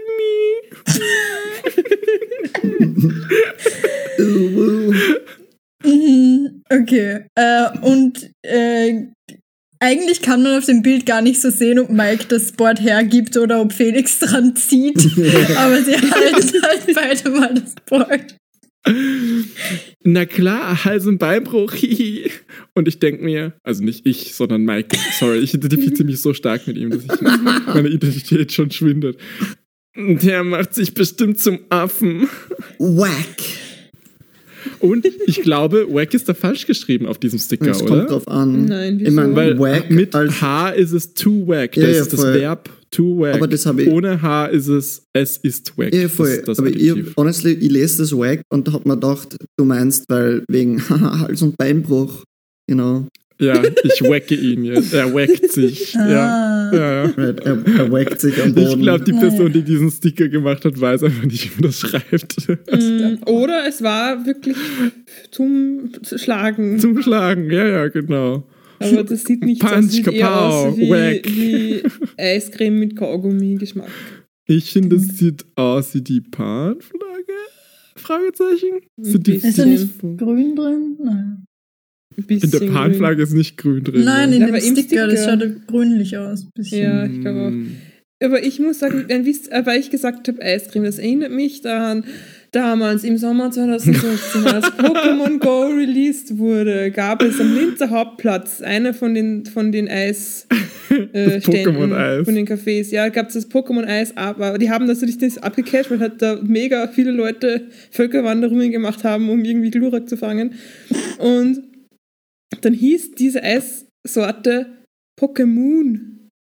me? Okay. Und eigentlich kann man auf dem Bild gar nicht so sehen, ob Mike das Board hergibt oder ob Felix dran zieht. Aber sie halten halt beide mal das Board. Na klar, Hals- und Beinbruch. Hihi. Und ich denke mir, also nicht ich, sondern Mike. Sorry, ich identifiziere mich so stark mit ihm, dass meine Identität schon schwindet. Der macht sich bestimmt zum Affen. Whack. Und ich glaube, Wack ist da falsch geschrieben auf diesem Sticker, Es oder? kommt drauf an. Nein, wieso? Ich meine, Weil wack mit als, H ist es to wack. Ja, Das ja, ist das voll. Verb to wack. Aber das habe ich- Ohne H ist es ist wack. ja, voll. Das ist das Aber Adjektiv. honestly, ich lese das wack und hab mir gedacht, du meinst, weil wegen Hals- und Beinbruch, Ja, ich wacke ihn jetzt. Er wackt sich. Ja. Ja. right, er wackt sich am Ich Boden. glaube, die Person, die diesen Sticker gemacht hat, weiß einfach nicht, wie man das schreibt. Oder es war wirklich zum Schlagen. Zum Schlagen, ja, genau. Aber das sieht nicht so aus. Punch, Sieht eher kapow, aus wie, whack. wie Eiscreme mit Kaugummi-Geschmack. Ich finde, es sieht aus wie die Pan-Flagge? Fragezeichen? Sind die bisschen. Ist da nicht grün drin? Nein. Ein in der bisschen Pan-Flagge ist nicht grün drin. Nein, ne? in Ja, dem aber im Sticker, das Sticker. schaut grünlich aus. Bisschen. Ja, ich glaube auch. Aber ich muss sagen, weil ich gesagt habe, Eiscreme, das erinnert mich daran, damals im Sommer 2016, als Pokémon Go released wurde, gab es am Linzer Hauptplatz eine von den Eisständen, Pokémon-Eis. von den Cafés. Ja, gab es das Pokémon-Eis, aber die haben natürlich das abgecatcht, weil halt da mega viele Leute Völkerwanderungen gemacht haben, um irgendwie Glurak zu fangen. Und dann hieß diese Eissorte Pokémon.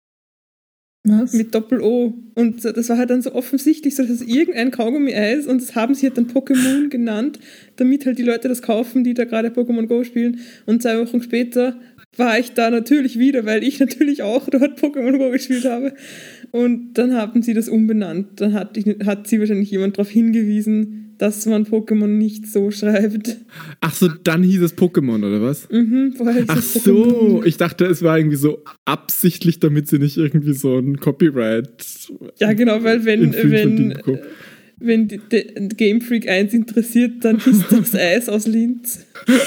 Was? Mit Doppel-O. Und das war halt dann so offensichtlich, so dass irgendein Kaugummi-Eis, und das haben sie halt dann Pokémon genannt, damit halt die Leute das kaufen, die da gerade Pokémon Go spielen. Und 2 Wochen später war ich da natürlich wieder, weil ich natürlich auch dort Pokémon Go gespielt habe. Und dann haben sie das umbenannt. Dann hat sie wahrscheinlich jemand darauf hingewiesen, dass man Pokémon nicht so schreibt. Ach so, dann hieß es Pokémon, oder was? Vorher hieß Ach es so, Pokémon. ich dachte, es war irgendwie so absichtlich, damit sie nicht irgendwie so ein Copyright. Ja, genau, weil Infringement bekommen. wenn die Game Freak 1 interessiert, dann ist das Eis aus Linz.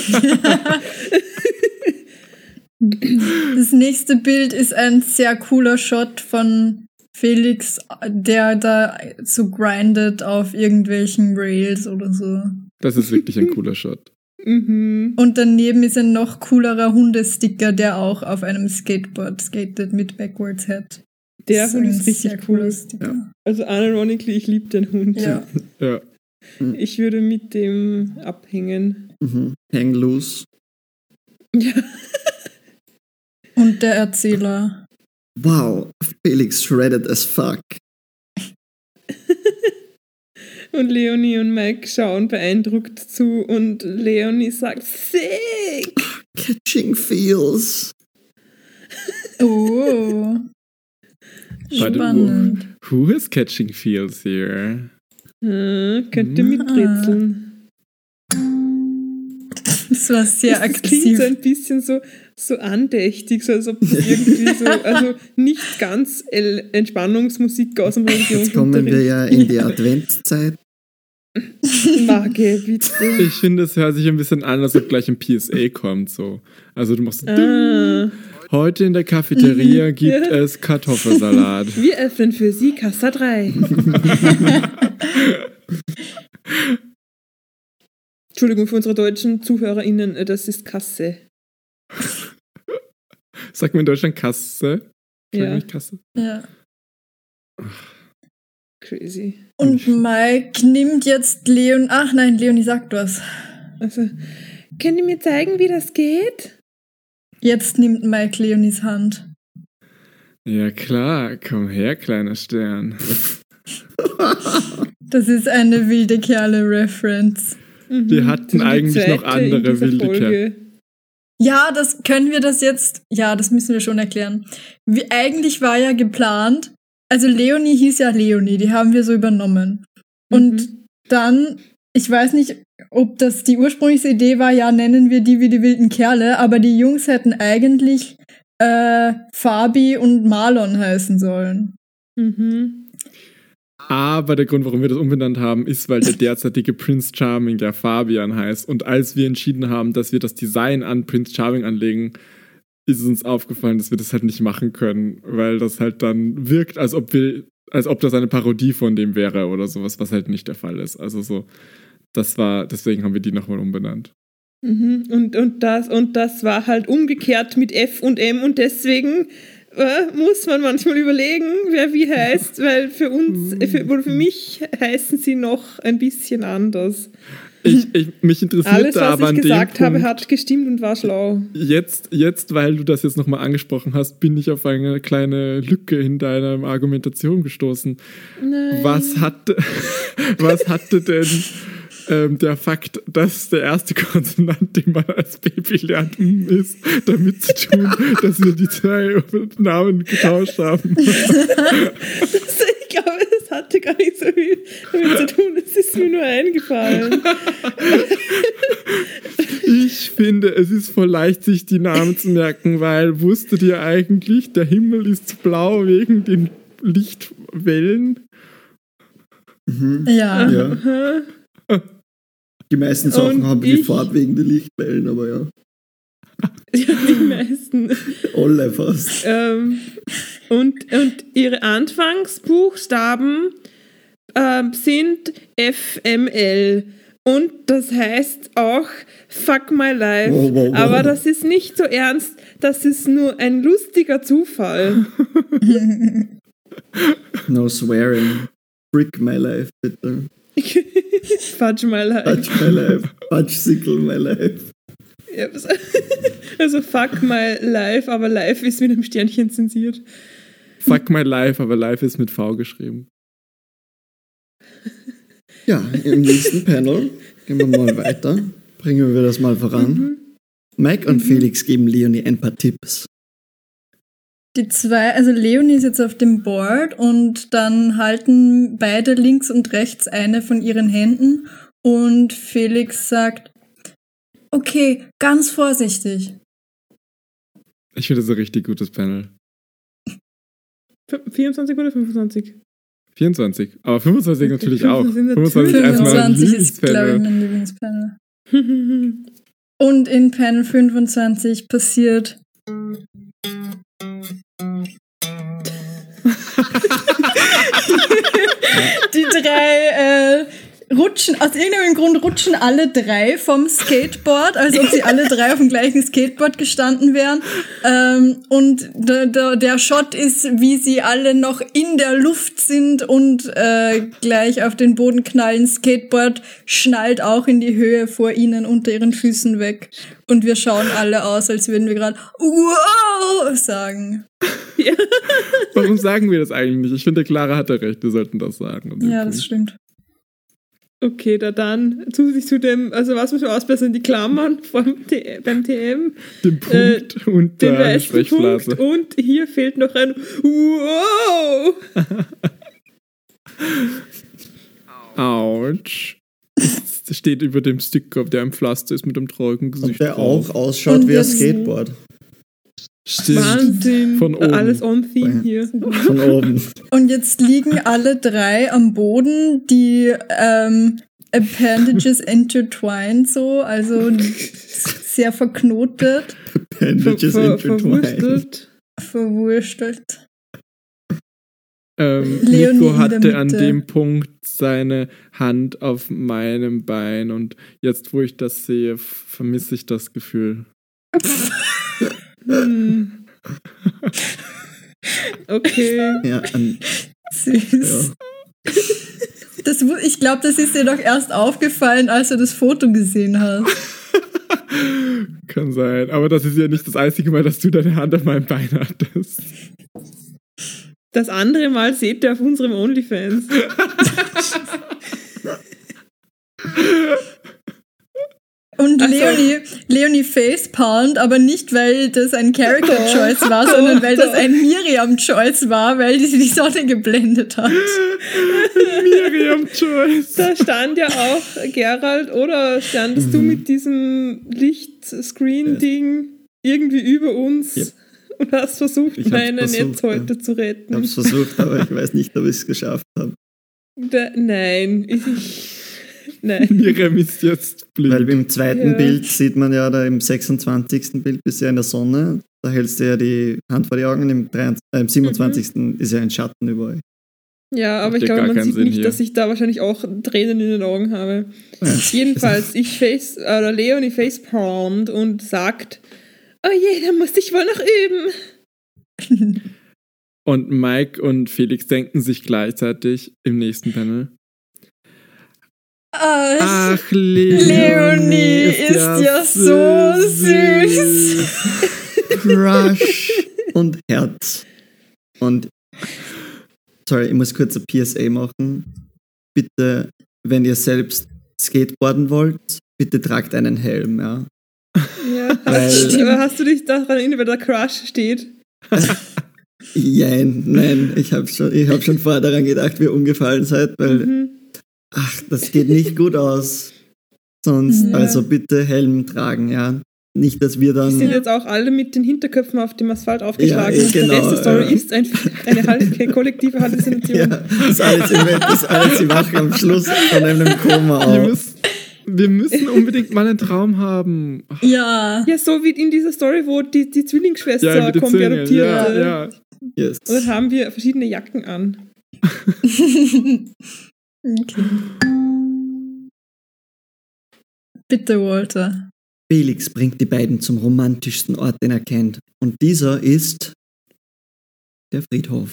Das nächste Bild ist ein sehr cooler Shot von Felix, der da so grindet auf irgendwelchen Rails oder so. Das ist wirklich ein cooler Shot. Mhm. Und daneben ist ein noch coolerer Hundesticker, der auch auf einem Skateboard skatet mit Backwards Head. Der Das Hund ein ist richtig sehr cool. cooler Sticker. Also unironically, ich liebe den Hund. Ja. Ja. Ich würde mit dem abhängen. Hang loose. Ja. Und der Erzähler. Wow, Felix shredded as fuck. Und Leonie und Mike schauen beeindruckt zu und Leonie sagt, sick! Catching feels. Oh. Warte, Spannend. Who is catching feels here? Könnt ihr miträtseln. Das war sehr Das klingt aggressiv. so ein bisschen so andächtig, so als ob das irgendwie so, also nicht ganz Entspannungsmusik aus dem Jetzt kommen wir Religionsunterricht. ja in die Adventszeit. Mage, bitte. Ich finde, es hört sich ein bisschen an, als ob gleich ein PSA kommt. So. Also du machst so, Ah, heute in der Cafeteria gibt es Kartoffelsalat. wir öffnen für Sie Kassa 3. Entschuldigung für unsere deutschen ZuhörerInnen, das ist Kasse. Sagt man in Deutschland Kasse? Sagt man Ja, nicht Kasse? Ja. crazy. Und Mike nimmt jetzt Leon. Ach nein, Leonie sagt was. Also, könnt ihr mir zeigen, wie das geht? Jetzt nimmt Mike Leonies Hand. Ja klar, komm her, kleiner Stern. Das ist eine wilde Kerle-Reference. Wir hatten Das ist die eigentlich noch zweite in andere dieser wilde Folge. Kerle. Ja, das können wir das jetzt. Ja, das müssen wir schon erklären. Eigentlich war ja geplant, also Leonie hieß ja Leonie, die haben wir so übernommen. Und dann, ich weiß nicht, ob das die ursprüngliche Idee war, ja, nennen wir die wie die wilden Kerle, aber die Jungs hätten eigentlich Fabi und Marlon heißen sollen. Mhm. Aber der Grund, warum wir das umbenannt haben, ist, weil der derzeitige Prince Charming der Fabian heißt. Und als wir entschieden haben, dass wir das Design an Prince Charming anlegen, ist uns aufgefallen, dass wir das halt nicht machen können, weil das halt dann wirkt, als ob das eine Parodie von dem wäre oder sowas, was halt nicht der Fall ist. Also so, deswegen haben wir die nochmal umbenannt. Mhm. Und das war halt umgekehrt mit F und M und deswegen muss man manchmal überlegen, wer wie heißt, weil für uns, oder für mich heißen sie noch ein bisschen anders. Mich interessiert alles, da was aber ich an gesagt dem habe, Punkt, hat gestimmt und war schlau. jetzt, weil du das jetzt nochmal angesprochen hast, bin ich auf eine kleine Lücke in deiner Argumentation gestoßen. Nein. Was hatte denn der Fakt, dass der erste Konsonant, den man als Baby lernt, ist, damit zu tun, dass wir die zwei Namen getauscht haben? Ich glaube, das hatte gar nicht so viel damit zu tun. Es ist mir nur eingefallen. Ich finde, es ist voll leicht, sich die Namen zu merken, weil wusstet ihr eigentlich, der Himmel ist blau wegen den Lichtwellen? Ja. Ja. Die meisten Sachen Und haben die Farbe wegen der Lichtwellen, aber ja. Ja, die meisten. Alle fast. Und ihre Anfangsbuchstaben sind FML. Und das heißt auch Fuck my life. Wow. Aber das ist nicht so ernst. Das ist nur ein lustiger Zufall. No swearing. Frick my life, bitte. Fudge my life. Fudge my life. Fudge-sickle my life. Ja, also fuck my life, aber life ist mit einem Sternchen zensiert. Fuck my life, aber life ist mit V geschrieben. Ja, im nächsten Panel gehen wir mal weiter. Bringen wir das mal voran. Mike und Felix geben Leonie ein paar Tipps. Die zwei, also Leonie ist jetzt auf dem Board und dann halten beide links und rechts eine von ihren Händen und Felix sagt, okay, ganz vorsichtig. Ich finde das ein richtig gutes Panel. 24 oder 25? 24, aber 25 natürlich auch. 25 25 ist, glaube ich, mein Lieblingspanel. Und in Panel 25 passiert die drei aus irgendeinem Grund rutschen alle drei vom Skateboard, als ob sie alle drei auf dem gleichen Skateboard gestanden wären. Und der Shot ist, wie sie alle noch in der Luft sind und gleich auf den Boden knallen. Skateboard schnallt auch in die Höhe vor ihnen unter ihren Füßen weg. Und wir schauen alle aus, als würden wir gerade wow sagen. Ja. Warum sagen wir das eigentlich nicht? Ich finde, Clara hat ja recht, wir sollten das sagen. Ja, das stimmt. Okay, dann zusätzlich zu dem, also was muss man ausbessern, die Klammern beim TM. Den Punkt und den eine Sprechblase. Und hier fehlt noch ein Wow! Autsch. Das steht über dem Sticker, der im Pflaster ist mit dem traurigen Gesicht. Und der drauf. auch ausschaut Und wie ein das- Skateboard. Stimmt. Wahnsinn, Von oben. alles on theme hier. Von oben. Und jetzt liegen alle drei am Boden, die Appendages intertwined so, also sehr verknotet, Bandages intertwined. Verwurstelt. verwurstelt. Leonie Leonie Nico in der hatte an Mitte. dem Punkt seine Hand auf meinem Bein und jetzt, wo ich das sehe, vermisse ich das Gefühl. Okay. Ja, Süß. Ich glaube, das ist dir doch erst aufgefallen, als du das Foto gesehen hast. Kann sein, aber das ist ja nicht das einzige Mal, dass du deine Hand auf meinem Bein hattest. Das andere Mal seht ihr auf unserem OnlyFans. Und Ach so. Leonie facepalmt, aber nicht, weil das ein Character-Choice war, sondern weil das ein Miriam-Choice war, weil sie die Sonne geblendet hat. Miriam Joyce. Da stand ja auch Gerald, oder standest du mit diesem Lichtscreen-Ding irgendwie über uns Yep. und hast versucht, Ich hab's meine versucht, Netzhäute zu ich retten? habe es versucht, aber ich weiß nicht, ob ich es geschafft habe. Nein. Nein. Miriam ist jetzt blind. Weil im zweiten Ja. Bild sieht man ja, da im 26. Bild bist du ja in der Sonne. Da hältst du ja die Hand vor die Augen. Im 27. ist ja ein Schatten über euch. Ja, aber Macht ich ja glaube, gar man keinen sieht Sinn nicht, hier. dass ich da wahrscheinlich auch Tränen in den Augen habe. Ja. Jedenfalls, Leonie facepalmt und sagt, oh je, da muss ich wohl noch üben. Und Mike und Felix denken sich gleichzeitig im nächsten Panel: Ach, Leonie ist ja so süß. Crush und Herz. Und sorry, ich muss kurz ein PSA machen. Bitte, wenn ihr selbst Skateboarden wollt, bitte tragt einen Helm, ja. Ja, Weil- hast du dich daran erinnert, wer der Crush steht? Nein, ich hab schon vorher daran gedacht, wie ihr umgefallen seid, weil, das geht nicht gut aus. Sonst, Ja. also bitte Helm tragen, ja. Nicht, dass wir Die sind dann... jetzt auch alle mit den Hinterköpfen auf dem Asphalt aufgeschlagen. Ja, genau, Der Rest der Story ja. ist eine kollektive Halluzination. Ja, das alles, sie wachen am Schluss von einem Koma auf. Wir müssen unbedingt mal einen Traum haben. Ja. Ja, so wie in dieser Story, wo die Zwillingsschwester mit den kommt, die Zwillingen. adoptiert. Ja. Yes. Und dann haben wir verschiedene Jacken an. Okay. Bitte, Walter. Felix bringt die beiden zum romantischsten Ort, den er kennt. Und dieser ist der Friedhof.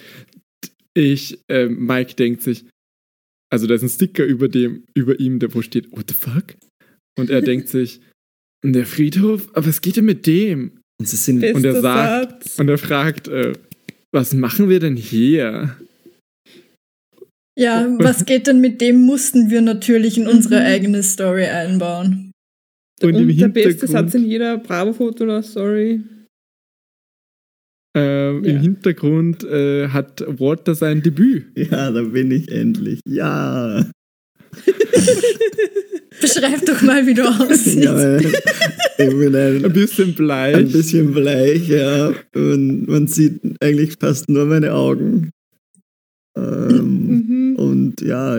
Mike denkt sich, also da ist ein Sticker über ihm, wo steht, what the fuck? Und er denkt sich, der Friedhof? Aber was geht denn mit dem? Und sie sind Bester Und er sagt, Satz. und er fragt, was machen wir denn hier? Ja, was geht denn mit dem, mussten wir natürlich in unsere eigene Story einbauen. Und im der beste Hintergrund, Satz in jeder Bravo-Foto oder Story. im Ja. Hintergrund hat Walter sein Debüt. ja, da bin ich endlich. Ja. Beschreib doch mal, wie du aussiehst. Ja, ich bin Ein bisschen ein bleich. bisschen bleich, ja. Und man sieht eigentlich fast nur meine Augen. Und ja,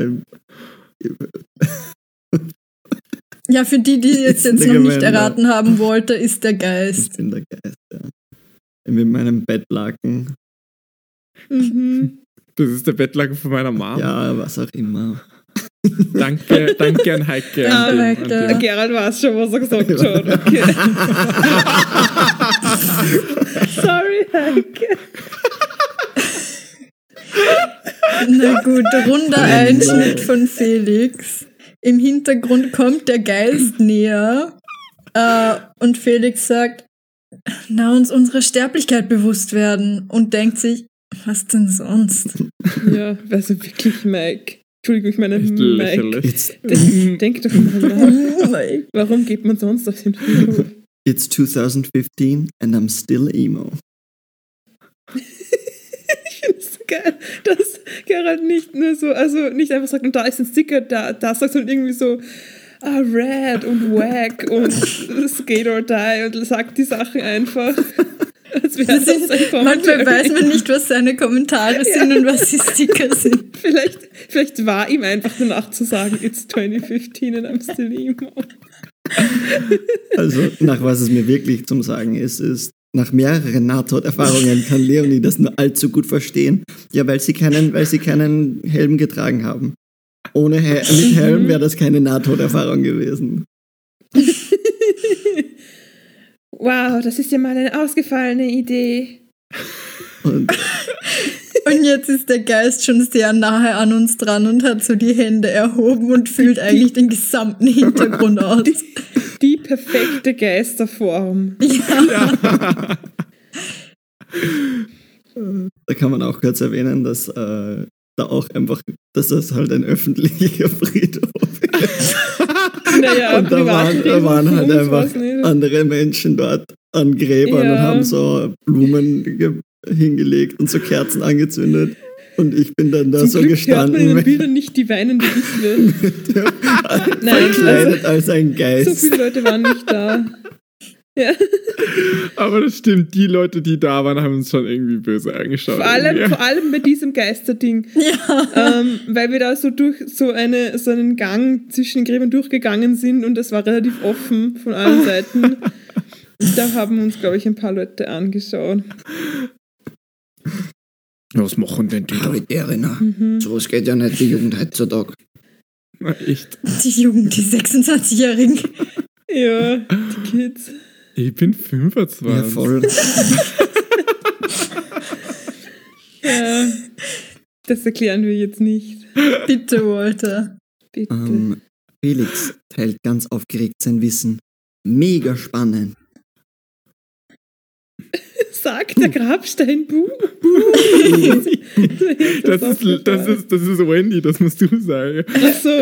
Ja, für die jetzt noch nicht erraten haben, Walter ist der ich Geist. bin der Geist, ja. Mit meinem Bettlaken. Mhm. Das ist der Bettlaken von meiner Mom. Ja, was auch immer. Danke an Heike. Danke, Heike. Gerald weiß schon, was er gesagt hat. Okay. Sorry, Heike. Na gut, runder Einschnitt von Felix. Im Hintergrund kommt der Geist näher und Felix sagt, na, uns unserer Sterblichkeit bewusst werden und denkt sich, was denn sonst? Ja, also wirklich, Mike. Entschuldigung, ich meine Echt Mike. lächerlich. Denk doch mal nach. Warum geht man sonst auf den Friedhof? It's 2015 and I'm still emo. Ich finde es so geil, dass Gerald nicht nur so, also nicht einfach sagt, und da ist ein Sticker, da sagt sondern irgendwie so, red und wack und skate or die und sagt die Sachen einfach. Als wäre das ein Manchmal Commentary. weiß man nicht, was seine Kommentare sind und was die Sticker sind. Vielleicht war ihm einfach danach zu sagen, it's 2015 and I'm still emo. Also, nach was es mir wirklich zum Sagen ist, nach mehreren Nahtoderfahrungen kann Leonie das nur allzu gut verstehen. Ja, weil sie keinen Helm getragen haben. Mit Helm wäre das keine Nahtoderfahrung gewesen. Wow, das ist ja mal eine ausgefallene Idee. Und Und jetzt ist der Geist schon sehr nahe an uns dran und hat so die Hände erhoben und fühlt eigentlich den gesamten Hintergrund aus. Die perfekte Geisterform. Ja. da kann man auch kurz erwähnen, dass dass das halt ein öffentlicher Friedhof ist. Naja, Und da waren halt einfach andere Menschen dort an Gräbern und haben so Blumen hingelegt und so Kerzen angezündet. Und ich bin dann da Zum so Glück hört man in gestanden, den Bildern nicht die weinende Witwe. Nein, verkleidet als ein so Geist. viele Leute waren nicht da. Ja. Aber das stimmt, die Leute, die da waren, haben uns schon irgendwie böse angeschaut. Vor allem bei diesem Geisterding. Ja. Weil wir da so durch so einen Gang zwischen den Gräbern durchgegangen sind und es war relativ offen von allen Seiten. Da haben uns, glaube ich, ein paar Leute angeschaut. Was machen denn die da? Erinnere. Sowas geht ja nicht die Jugend heutzutage. Na, echt? Die Jugend, die 26-Jährigen. Ja, die Kids. Ich bin 25. Ja, voll. Ja, das erklären wir jetzt nicht. Bitte, Walter. Bitte. Felix teilt ganz aufgeregt sein Wissen. Mega spannend. Sagt der Grabstein Buh. Das ist Wendy, das musst du sagen. Ach so.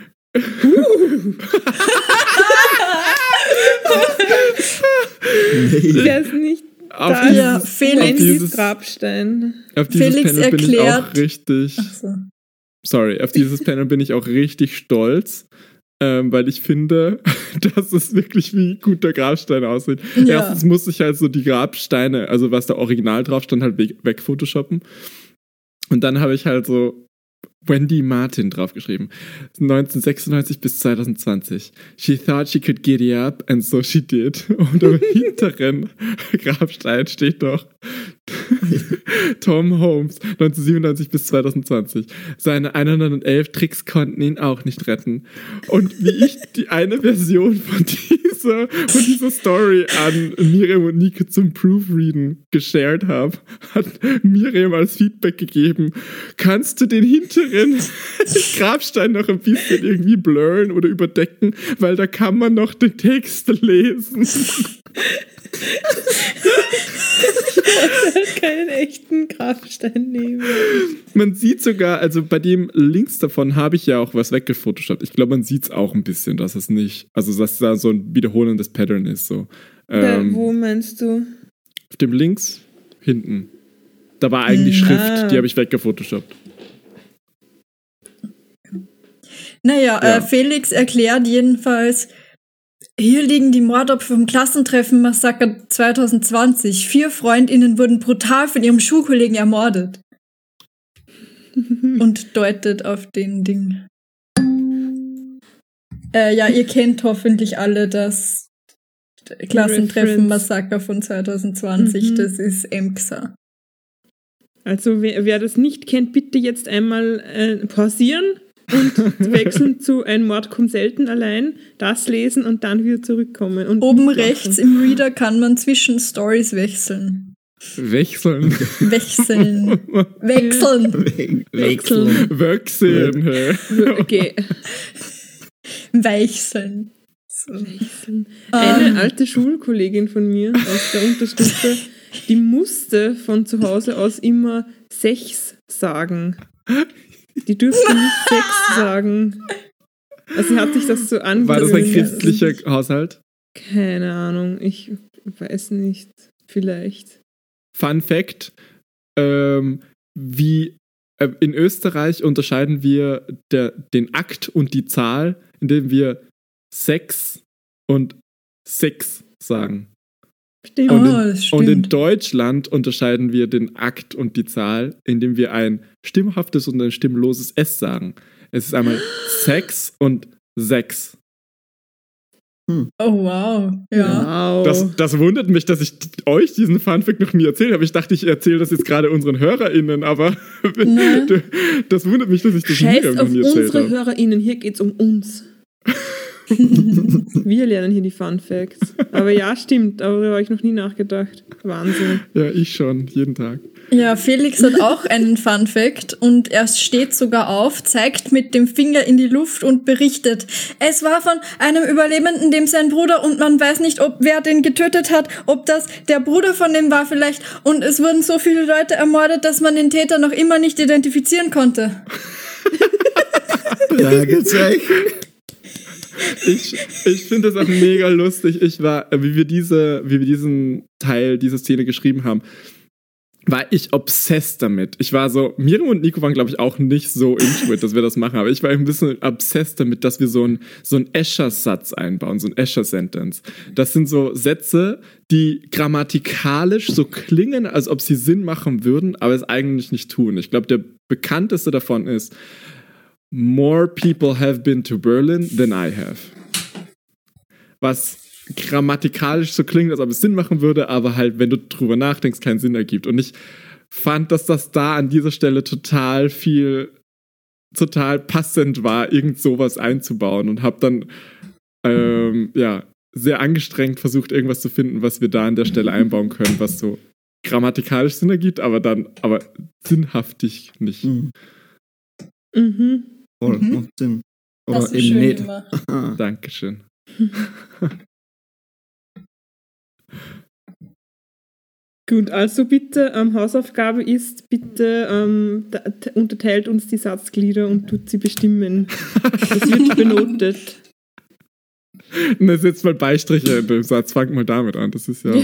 Der ist nicht Auf da. Ja, dieses- Felix. auf Wendy's dieses- Grabstein. Auf dieses Felix Panel bin ich erklärt- auch richtig. Ach so. Sorry, auf dieses Panel bin ich auch richtig stolz, weil ich finde, dass es wirklich wie guter Grabstein aussieht. Ja. Erstens musste ich halt so die Grabsteine, also was da original drauf stand, halt wegphotoshoppen. Und dann habe ich halt so Wendy Martin draufgeschrieben. 1996 bis 2020. She thought she could giddy up and so she did. Und am hinteren Grabstein steht noch Tom Holmes, 1997 bis 2020. Seine 111 Tricks konnten ihn auch nicht retten. Und wie ich die eine Version von dieser Story an Miriam und Nico zum Proofreaden geshared habe, hat Miriam als Feedback gegeben, kannst du den hinteren Grabstein noch ein bisschen irgendwie blurren oder überdecken, weil da kann man noch den Text lesen. Keinen echten Grabstein nehmen. Man sieht sogar, also bei dem links davon habe ich ja auch was weggefotoshoppt. Ich glaube, man sieht es auch ein bisschen, dass es nicht, also dass da so ein wiederholendes Pattern ist. So. Wo meinst du? Auf dem links hinten. Da war eigentlich Schrift, die habe ich weggefotoshoppt. Naja, Ja. Felix erklärt jedenfalls, hier liegen die Mordopfer vom Klassentreffen-Massaker 2020. 4 FreundInnen wurden brutal von ihrem Schulkollegen ermordet. Und deutet auf den Ding. Ja, ihr kennt hoffentlich alle das Klassentreffen-Massaker von 2020. Mhm. Das ist EMXA. Also wer das nicht kennt, bitte jetzt einmal pausieren und wechseln zu Ein Mord kommt selten allein, das lesen und dann wieder zurückkommen. Und Oben mitmachen. rechts im Reader kann man zwischen Stories wechseln. Wechseln. Wechseln. Wechseln. Wechseln. Wechseln. hä? Okay. Weichseln. Eine alte Schulkollegin von mir aus der Unterstufe, die musste von zu Hause aus immer Sex sagen. Die durfte nicht Sex sagen. Also sie hat sich das so angewöhnt. War das ein christlicher Haushalt? Keine Ahnung, ich weiß nicht. Vielleicht. Fun Fact: in Österreich unterscheiden wir den Akt und die Zahl, indem wir Sex und Sex sagen. Stimmt. Oh, das Und in stimmt. Deutschland unterscheiden wir den Akt und die Zahl, indem wir ein stimmhaftes und ein stimmloses S sagen. Es ist einmal Sex und Sex. Oh, wow. Ja. Wow. Das wundert mich, dass ich euch diesen Funfact noch nie erzählt habe. Ich dachte, ich erzähle das jetzt gerade unseren HörerInnen, aber Nee. das wundert mich, dass ich das Scheiß noch auf nie erzählt unsere habe. HörerInnen, hier geht's um uns. Wir lernen hier die Fun Facts. Aber ja, stimmt, darüber habe ich noch nie nachgedacht. Wahnsinn. Ja, ich schon, jeden Tag. Ja, Felix hat auch einen Fun-Fact und er steht sogar auf, zeigt mit dem Finger in die Luft und berichtet, es war von einem Überlebenden, dem sein Bruder, und man weiß nicht, wer den getötet hat, ob das der Bruder von dem war vielleicht, und es wurden so viele Leute ermordet, dass man den Täter noch immer nicht identifizieren konnte. Fragezeichen. Ich finde das auch mega lustig. Ich war, wie wir diesen Teil, diese Szene geschrieben haben, war ich obsessed damit. Ich war so, Miriam und Nico waren, glaube ich, auch nicht so into it, dass wir das machen, aber ich war ein bisschen obsessed damit, dass wir so einen Escher-Satz einbauen, so ein Escher-Sentence. Das sind so Sätze, die grammatikalisch so klingen, als ob sie Sinn machen würden, aber es eigentlich nicht tun. Ich glaube, der bekannteste davon ist: More people have been to Berlin than I have. Was grammatikalisch so klingt, als ob es Sinn machen würde, aber halt, wenn du drüber nachdenkst, keinen Sinn ergibt. Und ich fand, dass das da an dieser Stelle total passend war, irgend sowas einzubauen, und habe dann sehr angestrengt versucht, irgendwas zu finden, was wir da an der Stelle einbauen können, was so grammatikalisch Sinn ergibt, aber sinnhaftig nicht. Voll, macht Sinn. Oder Hast du eben schön nicht. gemacht. Dankeschön. Gut, also bitte, Hausaufgabe ist, bitte unterteilt uns die Satzglieder und tut sie bestimmen. Das wird benotet. Na, setzt mal Beistriche in dem Satz, fang mal damit an. Das ist ja.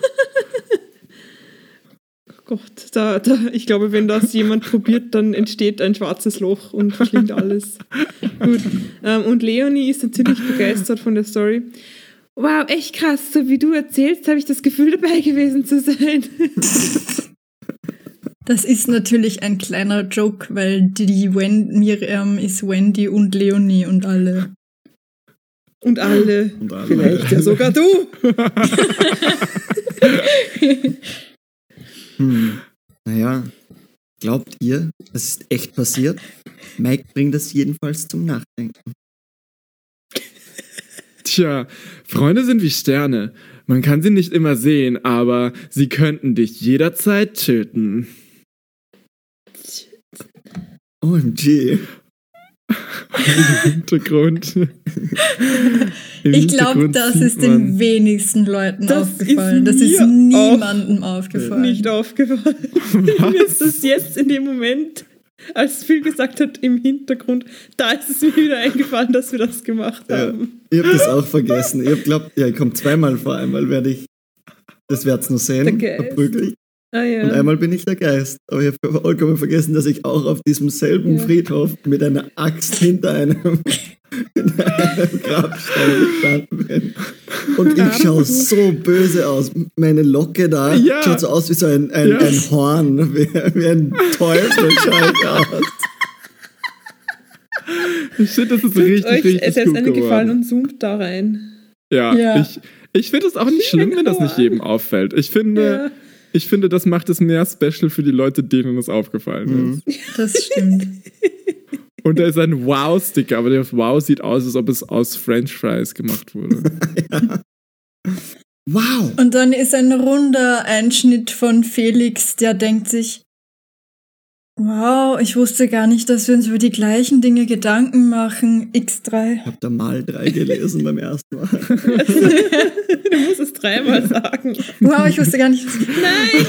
Gott, ich glaube, wenn das jemand probiert, dann entsteht ein schwarzes Loch und verschlingt alles. Gut. Und Leonie ist natürlich begeistert von der Story. Wow, echt krass. So wie du erzählst, habe ich das Gefühl, dabei gewesen zu sein. Das ist natürlich ein kleiner Joke, weil die Miriam ist Wendy und Leonie und alle. Und alle. Und alle. Vielleicht ja sogar du. Naja, glaubt ihr, das ist echt passiert? Mike bringt das jedenfalls zum Nachdenken. Tja, Freunde sind wie Sterne. Man kann sie nicht immer sehen, aber sie könnten dich jederzeit töten. OMG. Im Hintergrund. Ich glaube, das ist den wenigsten Leuten aufgefallen. Das ist niemandem aufgefallen. Nicht aufgefallen. Mir ist das jetzt in dem Moment, als Phil gesagt hat, im Hintergrund, da ist es mir wieder eingefallen, dass wir das gemacht haben. Ich habe das auch vergessen. Ich glaube, ich komme zweimal vor. Einmal werde ich, das werd's noch sehen, verprügelt. Ah, ja. Und einmal bin ich der Geist. Aber ich habe vollkommen vergessen, dass ich auch auf diesem selben Friedhof mit einer Axt hinter einem Grabstein gestanden bin. Und ich schaue so böse aus. Meine Locke da schaut so aus wie so ein Horn. Wie ein Teufel schaue ich aus. Ich finde, das ist richtig Es ist gut einen Gefallen geworden. und zoomt da rein. Ja. Ich finde es auch nicht schlimm, wenn das nicht jedem auffällt. Ich finde, das macht es mehr special für die Leute, denen es aufgefallen ist. Das stimmt. Und da ist ein Wow-Sticker, aber der Wow sieht aus, als ob es aus French Fries gemacht wurde. Wow! Und dann ist ein runder Einschnitt von Felix, der denkt sich, wow, ich wusste gar nicht, dass wir uns über die gleichen Dinge Gedanken machen. X3. Ich habe da mal 3 gelesen beim ersten Mal. Du musst es 3-mal sagen. Wow, ich wusste gar nicht. Nein!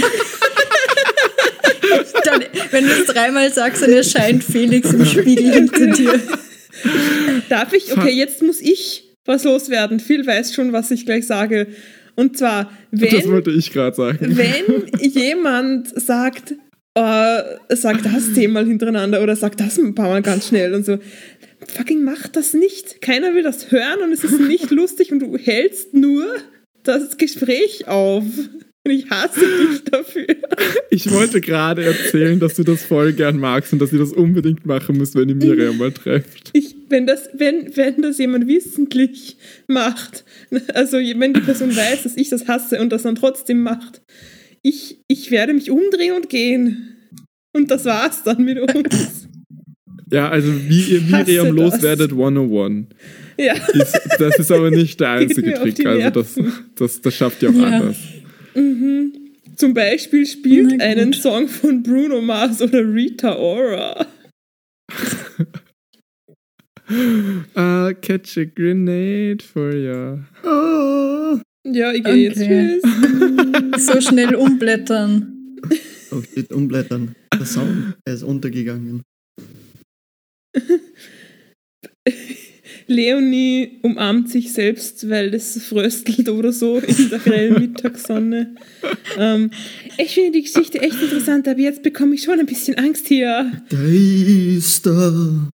Dann, wenn du es 3-mal sagst, dann erscheint Felix im Spiegel hinter dir. Darf ich? Okay, jetzt muss ich was loswerden. Phil weiß schon, was ich gleich sage. Und zwar, Das wollte ich gerade sagen. wenn jemand sagt das 10-mal hintereinander oder sagt das ein paar Mal ganz schnell und so, fucking mach das nicht. Keiner will das hören und es ist nicht lustig und du hältst nur das Gespräch auf. Und ich hasse dich dafür. Ich wollte gerade erzählen, dass du das voll gern magst und dass ihr das unbedingt machen müsst, wenn ihr Miriam mal trefft. Wenn das jemand wissentlich macht, also wenn die Person weiß, dass ich das hasse und das dann trotzdem macht, ich werde mich umdrehen und gehen. Und das war's dann mit uns. Ja, also wie ihr Miriam loswerdet 101. Ja. Das ist aber nicht der einzige Geht mir auf die Trick. Also Nerven. das schafft ihr auch anders. Mhm. Zum Beispiel spielt einen Song von Bruno Mars oder Rita Ora. I'll catch a grenade for you. Oh, Ja, ich gehe jetzt. Tschüss. So schnell umblättern. oh steht umblättern. Der Sound, er ist untergegangen. Leonie umarmt sich selbst, weil das fröstelt oder so in der grellen Mittagssonne. Ich finde die Geschichte echt interessant, aber jetzt bekomme ich schon ein bisschen Angst hier. Geister.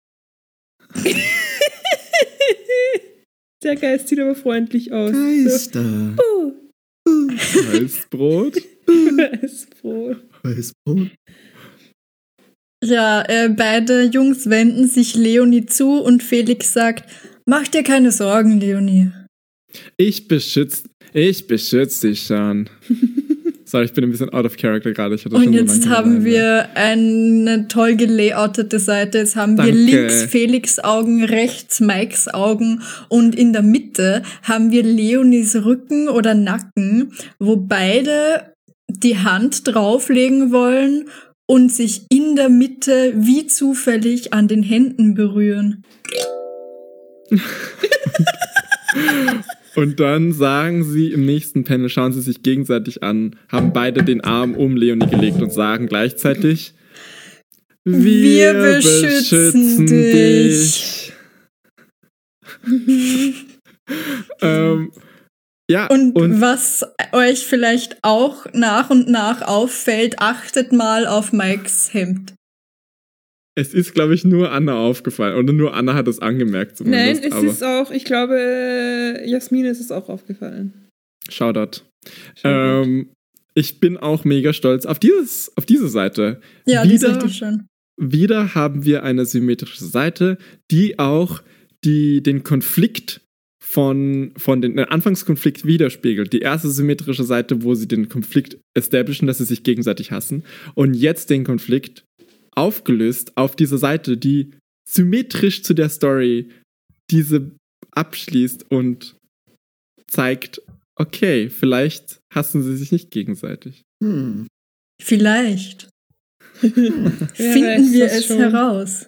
Der Geist sieht aber freundlich aus. Geister. Weißbrot. Weißbrot. Weißbrot. Ja, beide Jungs wenden sich Leonie zu und Felix sagt, mach dir keine Sorgen, Leonie. Ich beschütze dich schon. Sorry, ich bin ein bisschen out of character gerade. Ich hatte Und schon jetzt so lange haben keine wir eine toll gelayoutete Seite. Jetzt haben wir Danke. links Felix Augen, rechts Mikes Augen und in der Mitte haben wir Leonies Rücken oder Nacken, wo beide die Hand drauflegen wollen und sich in der Mitte wie zufällig an den Händen berühren. Und dann sagen sie im nächsten Panel, schauen sie sich gegenseitig an, haben beide den Arm um Leonie gelegt und sagen gleichzeitig: Wir beschützen dich. Ja, und was euch vielleicht auch nach und nach auffällt, achtet mal auf Mikes Hemd. Es ist, glaube ich, nur Anna aufgefallen. Oder nur Anna hat es angemerkt zumindest. Nein, es ist auch, ich glaube, Jasmin ist es auch aufgefallen. Shoutout. Ich bin auch mega stolz auf diese Seite. Ja, die ist richtig schön. Wieder haben wir eine symmetrische Seite, die auch den Konflikt von den Anfangskonflikt widerspiegelt. Die erste symmetrische Seite, wo sie den Konflikt establishen, dass sie sich gegenseitig hassen. Und jetzt den Konflikt aufgelöst auf dieser Seite, die symmetrisch zu der Story diese abschließt und zeigt, okay, vielleicht hassen sie sich nicht gegenseitig. Vielleicht. Finden wir es schon heraus.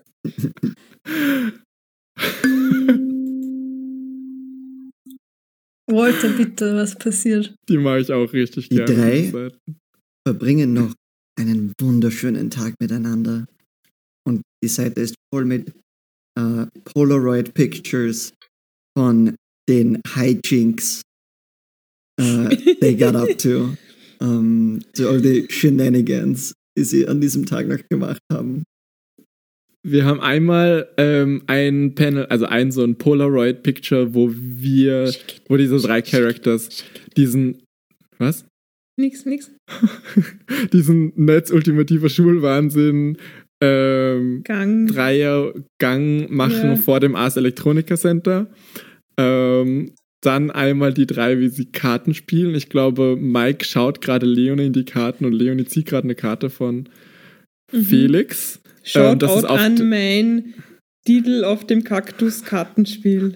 Walter, bitte, was passiert? Die mag ich auch richtig gerne. Die drei verbringen noch einen wunderschönen Tag miteinander. Und die Seite ist voll mit Polaroid Pictures von den Hijinks they got up to. So all die Shenanigans, die sie an diesem Tag noch gemacht haben. Wir haben einmal ein Panel, also so ein Polaroid-Picture, wo diese drei Characters diesen, was? Nix. diesen Netz-ultimativer Schulwahnsinn Dreiergang machen vor dem Ars Electronica Center. Dann einmal die drei, wie sie Karten spielen. Ich glaube, Mike schaut gerade Leonie in die Karten und Leonie zieht gerade eine Karte von Felix. Schaut an mein Titel auf dem Kaktus-Kartenspiel.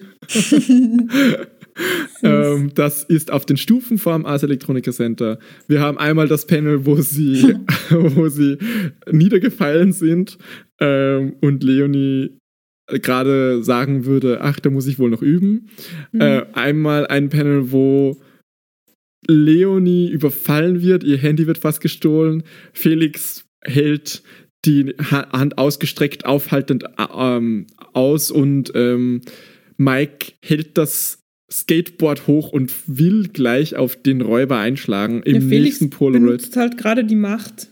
Das ist auf den Stufen vor dem Ars Electronica Center. Wir haben einmal das Panel, wo sie niedergefallen sind und Leonie gerade sagen würde, ach, da muss ich wohl noch üben. Einmal ein Panel, wo Leonie überfallen wird, ihr Handy wird fast gestohlen, Felix hält die Hand ausgestreckt, aufhaltend aus und Mike hält das Skateboard hoch und will gleich auf den Räuber einschlagen. Im nächsten Polaroid. Felix benutzt halt gerade die Macht.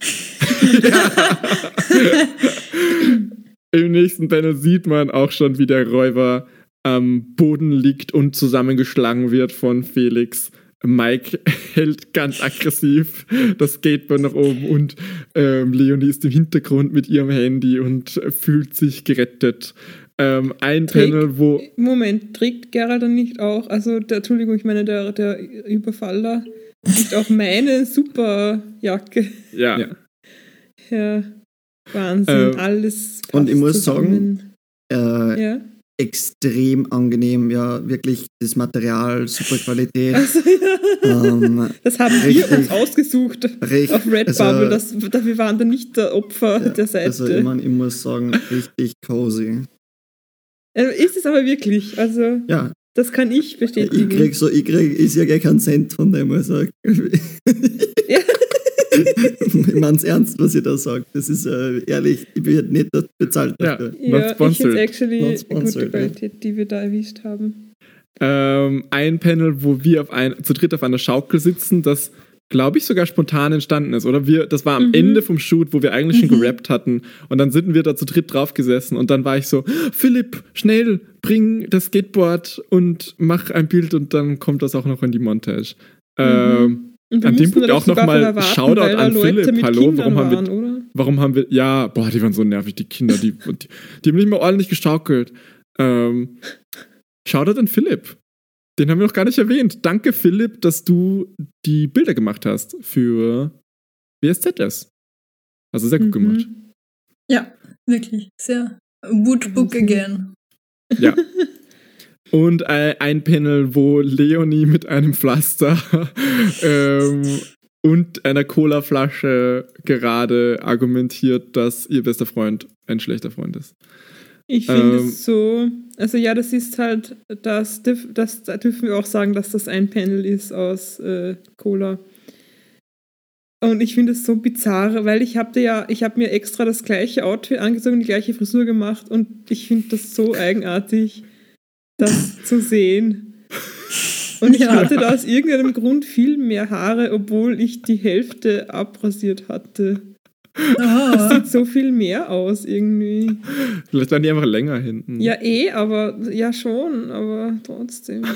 Im nächsten Panel sieht man auch schon, wie der Räuber am Boden liegt und zusammengeschlagen wird von Felix. Mike hält ganz aggressiv das Skateboard nach oben und Leonie ist im Hintergrund mit ihrem Handy und fühlt sich gerettet. Panel, wo... Moment, trägt Geralt dann nicht auch, also Entschuldigung, ich meine, der Überfaller trägt auch meine Superjacke. Ja. Ja, Wahnsinn, alles passt und ich muss zusammen. Sagen, extrem angenehm, ja, wirklich das Material, super Qualität. Also, das haben wir uns ausgesucht auf Redbubble, wir waren dann nicht der Opfer der Seite. Also ich muss sagen, richtig cozy. Ist es aber wirklich, also ja. Das kann ich bestätigen. Ist ja gar kein Cent von dem, also ja. Ich meine es ernst, was ich da sage. Das ist ehrlich, ich werde nicht bezahlt dafür. Ja, ich finde es actually gute Qualität, die wir da erwischt haben. Ein Panel, wo wir zu dritt auf einer Schaukel sitzen, das, glaube ich, sogar spontan entstanden ist. Oder das war am Ende vom Shoot, wo wir eigentlich schon gerappt hatten. Und dann sind wir da zu dritt drauf gesessen. Und dann war ich so, Philipp, schnell, bring das Skateboard und mach ein Bild. Und dann kommt das auch noch in die Montage. An dem Punkt auch nochmal Shoutout an Philipp. Hallo, warum haben wir, ja, boah, die waren so nervig, die Kinder, die haben nicht mal ordentlich geschaukelt. Shoutout an Philipp. Den haben wir noch gar nicht erwähnt. Danke, Philipp, dass du die Bilder gemacht hast für WSZS. Also sehr gut gemacht. Ja, wirklich. Sehr good book again. Ja. Und ein Panel, wo Leonie mit einem Pflaster und einer Colaflasche gerade argumentiert, dass ihr bester Freund ein schlechter Freund ist. Ich finde es so, also ja, das ist halt, da dürfen wir auch sagen, dass das ein Panel ist aus Cola. Und ich finde es so bizarr, weil ich habe mir extra das gleiche Outfit angezogen, die gleiche Frisur gemacht und ich finde das so eigenartig, das zu sehen. Und ich hatte da aus irgendeinem Grund viel mehr Haare, obwohl ich die Hälfte abrasiert hatte. Das sieht so viel mehr aus irgendwie. Vielleicht waren die einfach länger hinten. Ja, aber ja schon, aber trotzdem.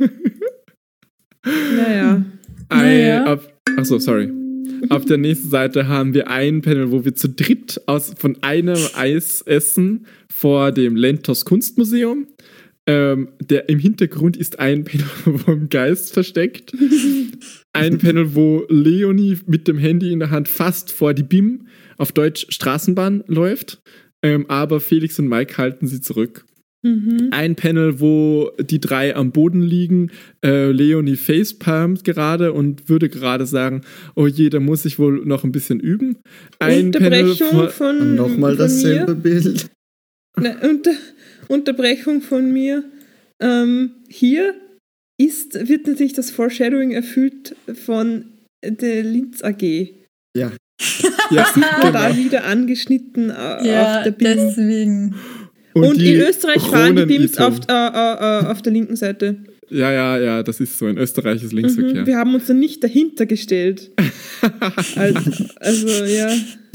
Naja. Achso, sorry. Auf der nächsten Seite haben wir ein Panel, wo wir zu dritt von einem Eis essen vor dem Lentos Kunstmuseum. Im Hintergrund ist ein Panel vom Geist versteckt. Ein Panel, wo Leonie mit dem Handy in der Hand fast vor die BIM, auf Deutsch Straßenbahn, läuft. Aber Felix und Mike halten sie zurück. Mhm. Ein Panel, wo die drei am Boden liegen. Leonie facepalmt gerade und würde gerade sagen, oh je, da muss ich wohl noch ein bisschen üben. Ein Unterbrechung von nochmal dasselbe Bild. Unterbrechung von mir. Hier wird natürlich das Foreshadowing erfüllt von der Linz AG. Ja. Ja, sieht man da wieder angeschnitten auf der BIM. Deswegen. Und in Österreich fahren die BIMs auf der linken Seite. Ja, das ist so ein österreichisches Linksverkehr. Wir haben uns da nicht dahinter gestellt. Also, ja.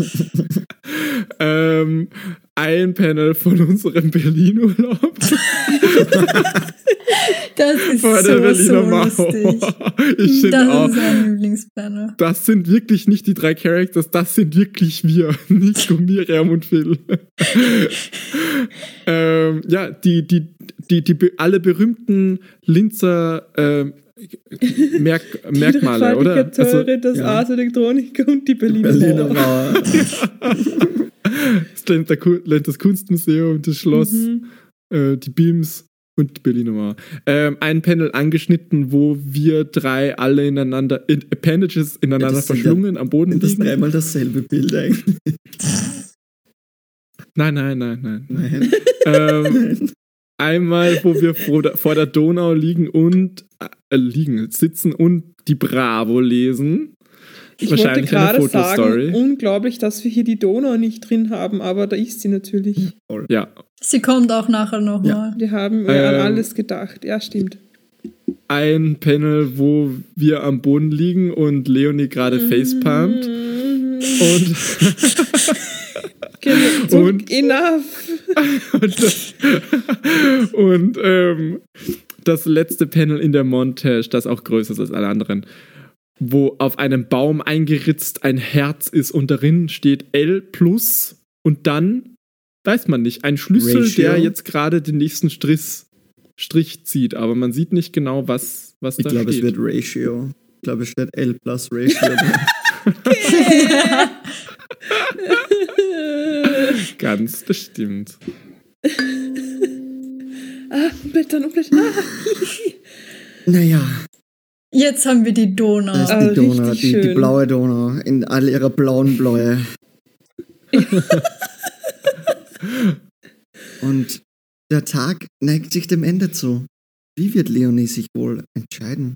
Ein Panel von unserem Berlin-Urlaub. Das ist vor der Berliner Mauer. Ich finde auch, das ist ein Lieblingspanel. Das sind wirklich nicht die drei Characters, das sind wirklich wir. Nico, Miriam und Phil. Ja, die alle berühmten Linzer Merkmale, oder? Also, das Ars Electronica und die Berliner Mauer. Das Kunstmuseum, das Schloss, die BIMs und die Berliner Mauer. Ein Panel angeschnitten, wo wir drei alle Appendages ineinander verschlungen am Boden liegen. Das ist dreimal dasselbe Bild eigentlich. Nein. Einmal, wo wir vor der Donau sitzen und die Bravo lesen. Ich wollte gerade sagen, unglaublich, dass wir hier die Donau nicht drin haben, aber da ist sie natürlich. Ja. Sie kommt auch nachher nochmal. Ja. Wir haben an alles gedacht. Ja, stimmt. Ein Panel, wo wir am Boden liegen und Leonie gerade facepalmt. Und enough. Und das letzte Panel in der Montage, das auch größer ist als alle anderen, wo auf einem Baum eingeritzt ein Herz ist und darin steht L+ und dann, weiß man nicht, ein Schlüssel, Ratio, der jetzt gerade den nächsten Strich zieht, aber man sieht nicht genau, was da steht. Ich glaube, es wird Ratio. Ich glaube, es steht L+ Ratio. Ganz bestimmt. Umblättern. Naja. Jetzt haben wir die Donau. Das ist die Donau, die blaue Donau, in all ihrer blauen Bläue. Und der Tag neigt sich dem Ende zu. Wie wird Leonie sich wohl entscheiden?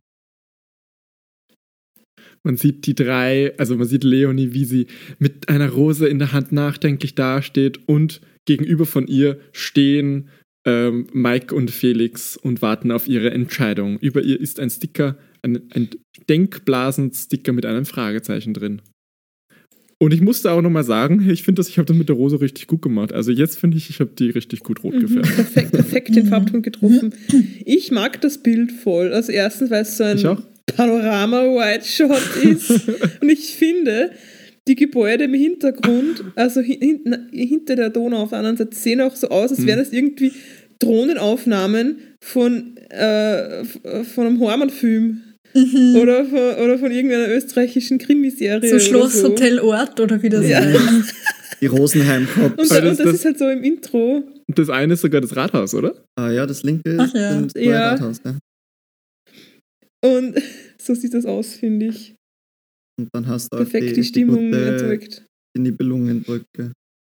Man sieht man sieht Leonie, wie sie mit einer Rose in der Hand nachdenklich dasteht und gegenüber von ihr stehen Mike und Felix und warten auf ihre Entscheidung. Über ihr ist ein Sticker, ein Denkblasen-Sticker mit einem Fragezeichen drin. Und ich musste auch nochmal sagen, ich finde, ich habe das mit der Rose richtig gut gemacht. Also jetzt finde ich habe die richtig gut rot gefärbt. Perfekt den Farbton getroffen. Ich mag das Bild voll. Also erstens, weil es so ein Panorama-White-Shot ist. Und ich finde, die Gebäude im Hintergrund, also hinter der Donau auf der anderen Seite, sehen auch so aus, als wären das irgendwie Drohnenaufnahmen von einem Hormann-Film. Oder von irgendeiner österreichischen Krimiserie. So Schlosshotel Ort oder wie das heißt. Die Rosenheim-Cops. Und das ist halt so im Intro. Das eine ist sogar das Rathaus, oder? Ah ja, das linke ist das Rathaus. Ja. Und so sieht das aus, finde ich. Und dann hast du auch perfekt die Stimmung gute erzeugt. Nibelungendrücke.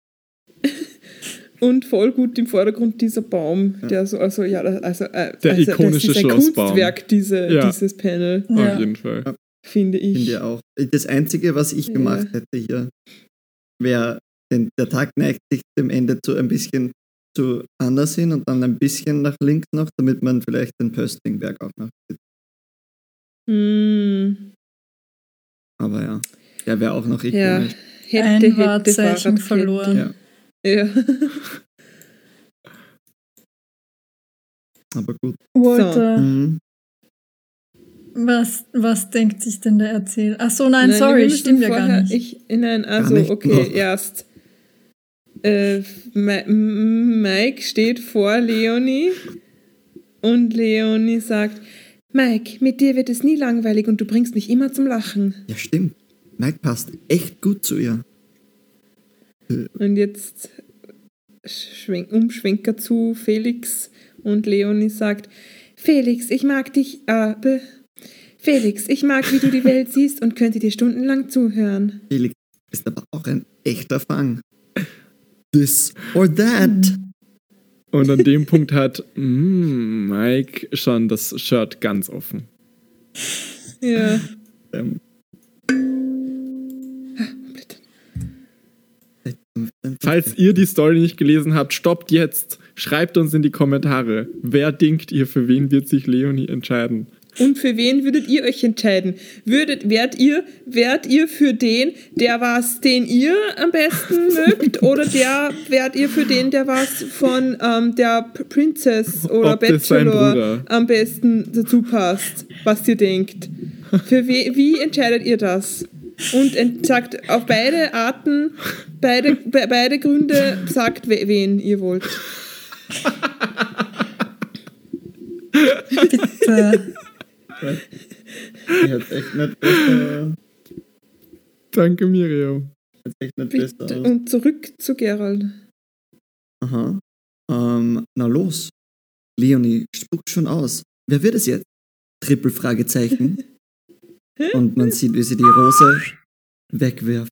Und voll gut im Vordergrund dieser Baum, der so, also Der ikonische das ist ein Schlossbaum. Kunstwerk, dieses Panel, Ja. Auf jeden Fall. finde ich. Finde ich auch. Das Einzige, was ich gemacht hätte hier, wäre, der Tag neigt sich dem Ende zu ein bisschen zu anders hin und dann ein bisschen nach links noch, damit man vielleicht den Pöstlingberg auch noch sieht. Hm. Aber ja, der wäre auch noch Ja, ikonisch. Ein Wahrzeichen Fahrradkette. verloren. Ja. Ja. Aber gut. Walter, Mhm. was denkt sich denn der Erzähler? Ach so, nein, wir sorry, müssen stimmt ja gar vorher- nicht. Also, nicht. okay, Oh. erst. Mike steht vor Leonie und Leonie sagt, Mike, mit dir wird es nie langweilig und du bringst mich immer zum Lachen. Ja, stimmt. Mike passt echt gut zu ihr. Und jetzt Umschwenker zu Felix und Leonie sagt, Felix, ich mag dich, Felix, ich mag, wie du die Welt siehst und könnte dir stundenlang zuhören. Felix ist aber auch ein echter Fang. This or that. Und an dem Punkt hat Mike schon das Shirt ganz offen. Ja. Ähm, Falls ihr die Story nicht gelesen habt, stoppt jetzt. Schreibt uns in die Kommentare. Wer denkt ihr, für wen wird sich Leonie entscheiden? Und für wen würdet ihr euch entscheiden? Wärt ihr für den, der was, den ihr am besten mögt? Oder wärt ihr für den, der was von der Princess oder Ob das sein Bachelor Bruder? am besten dazu passt, was ihr denkt? Wie entscheidet ihr das? Und sagt auf beide Arten, beide Gründe, sagt, wen ihr wollt. Bitte. Die hat echt nicht besser. Danke, Miriam. Hat echt nicht besser Bitte. aus. Und zurück zu Gerald. Aha. Na los. Leonie, spuck schon aus. Wer wird es jetzt? Triple-Fragezeichen. Und man sieht, wie sie die Rose wegwirft.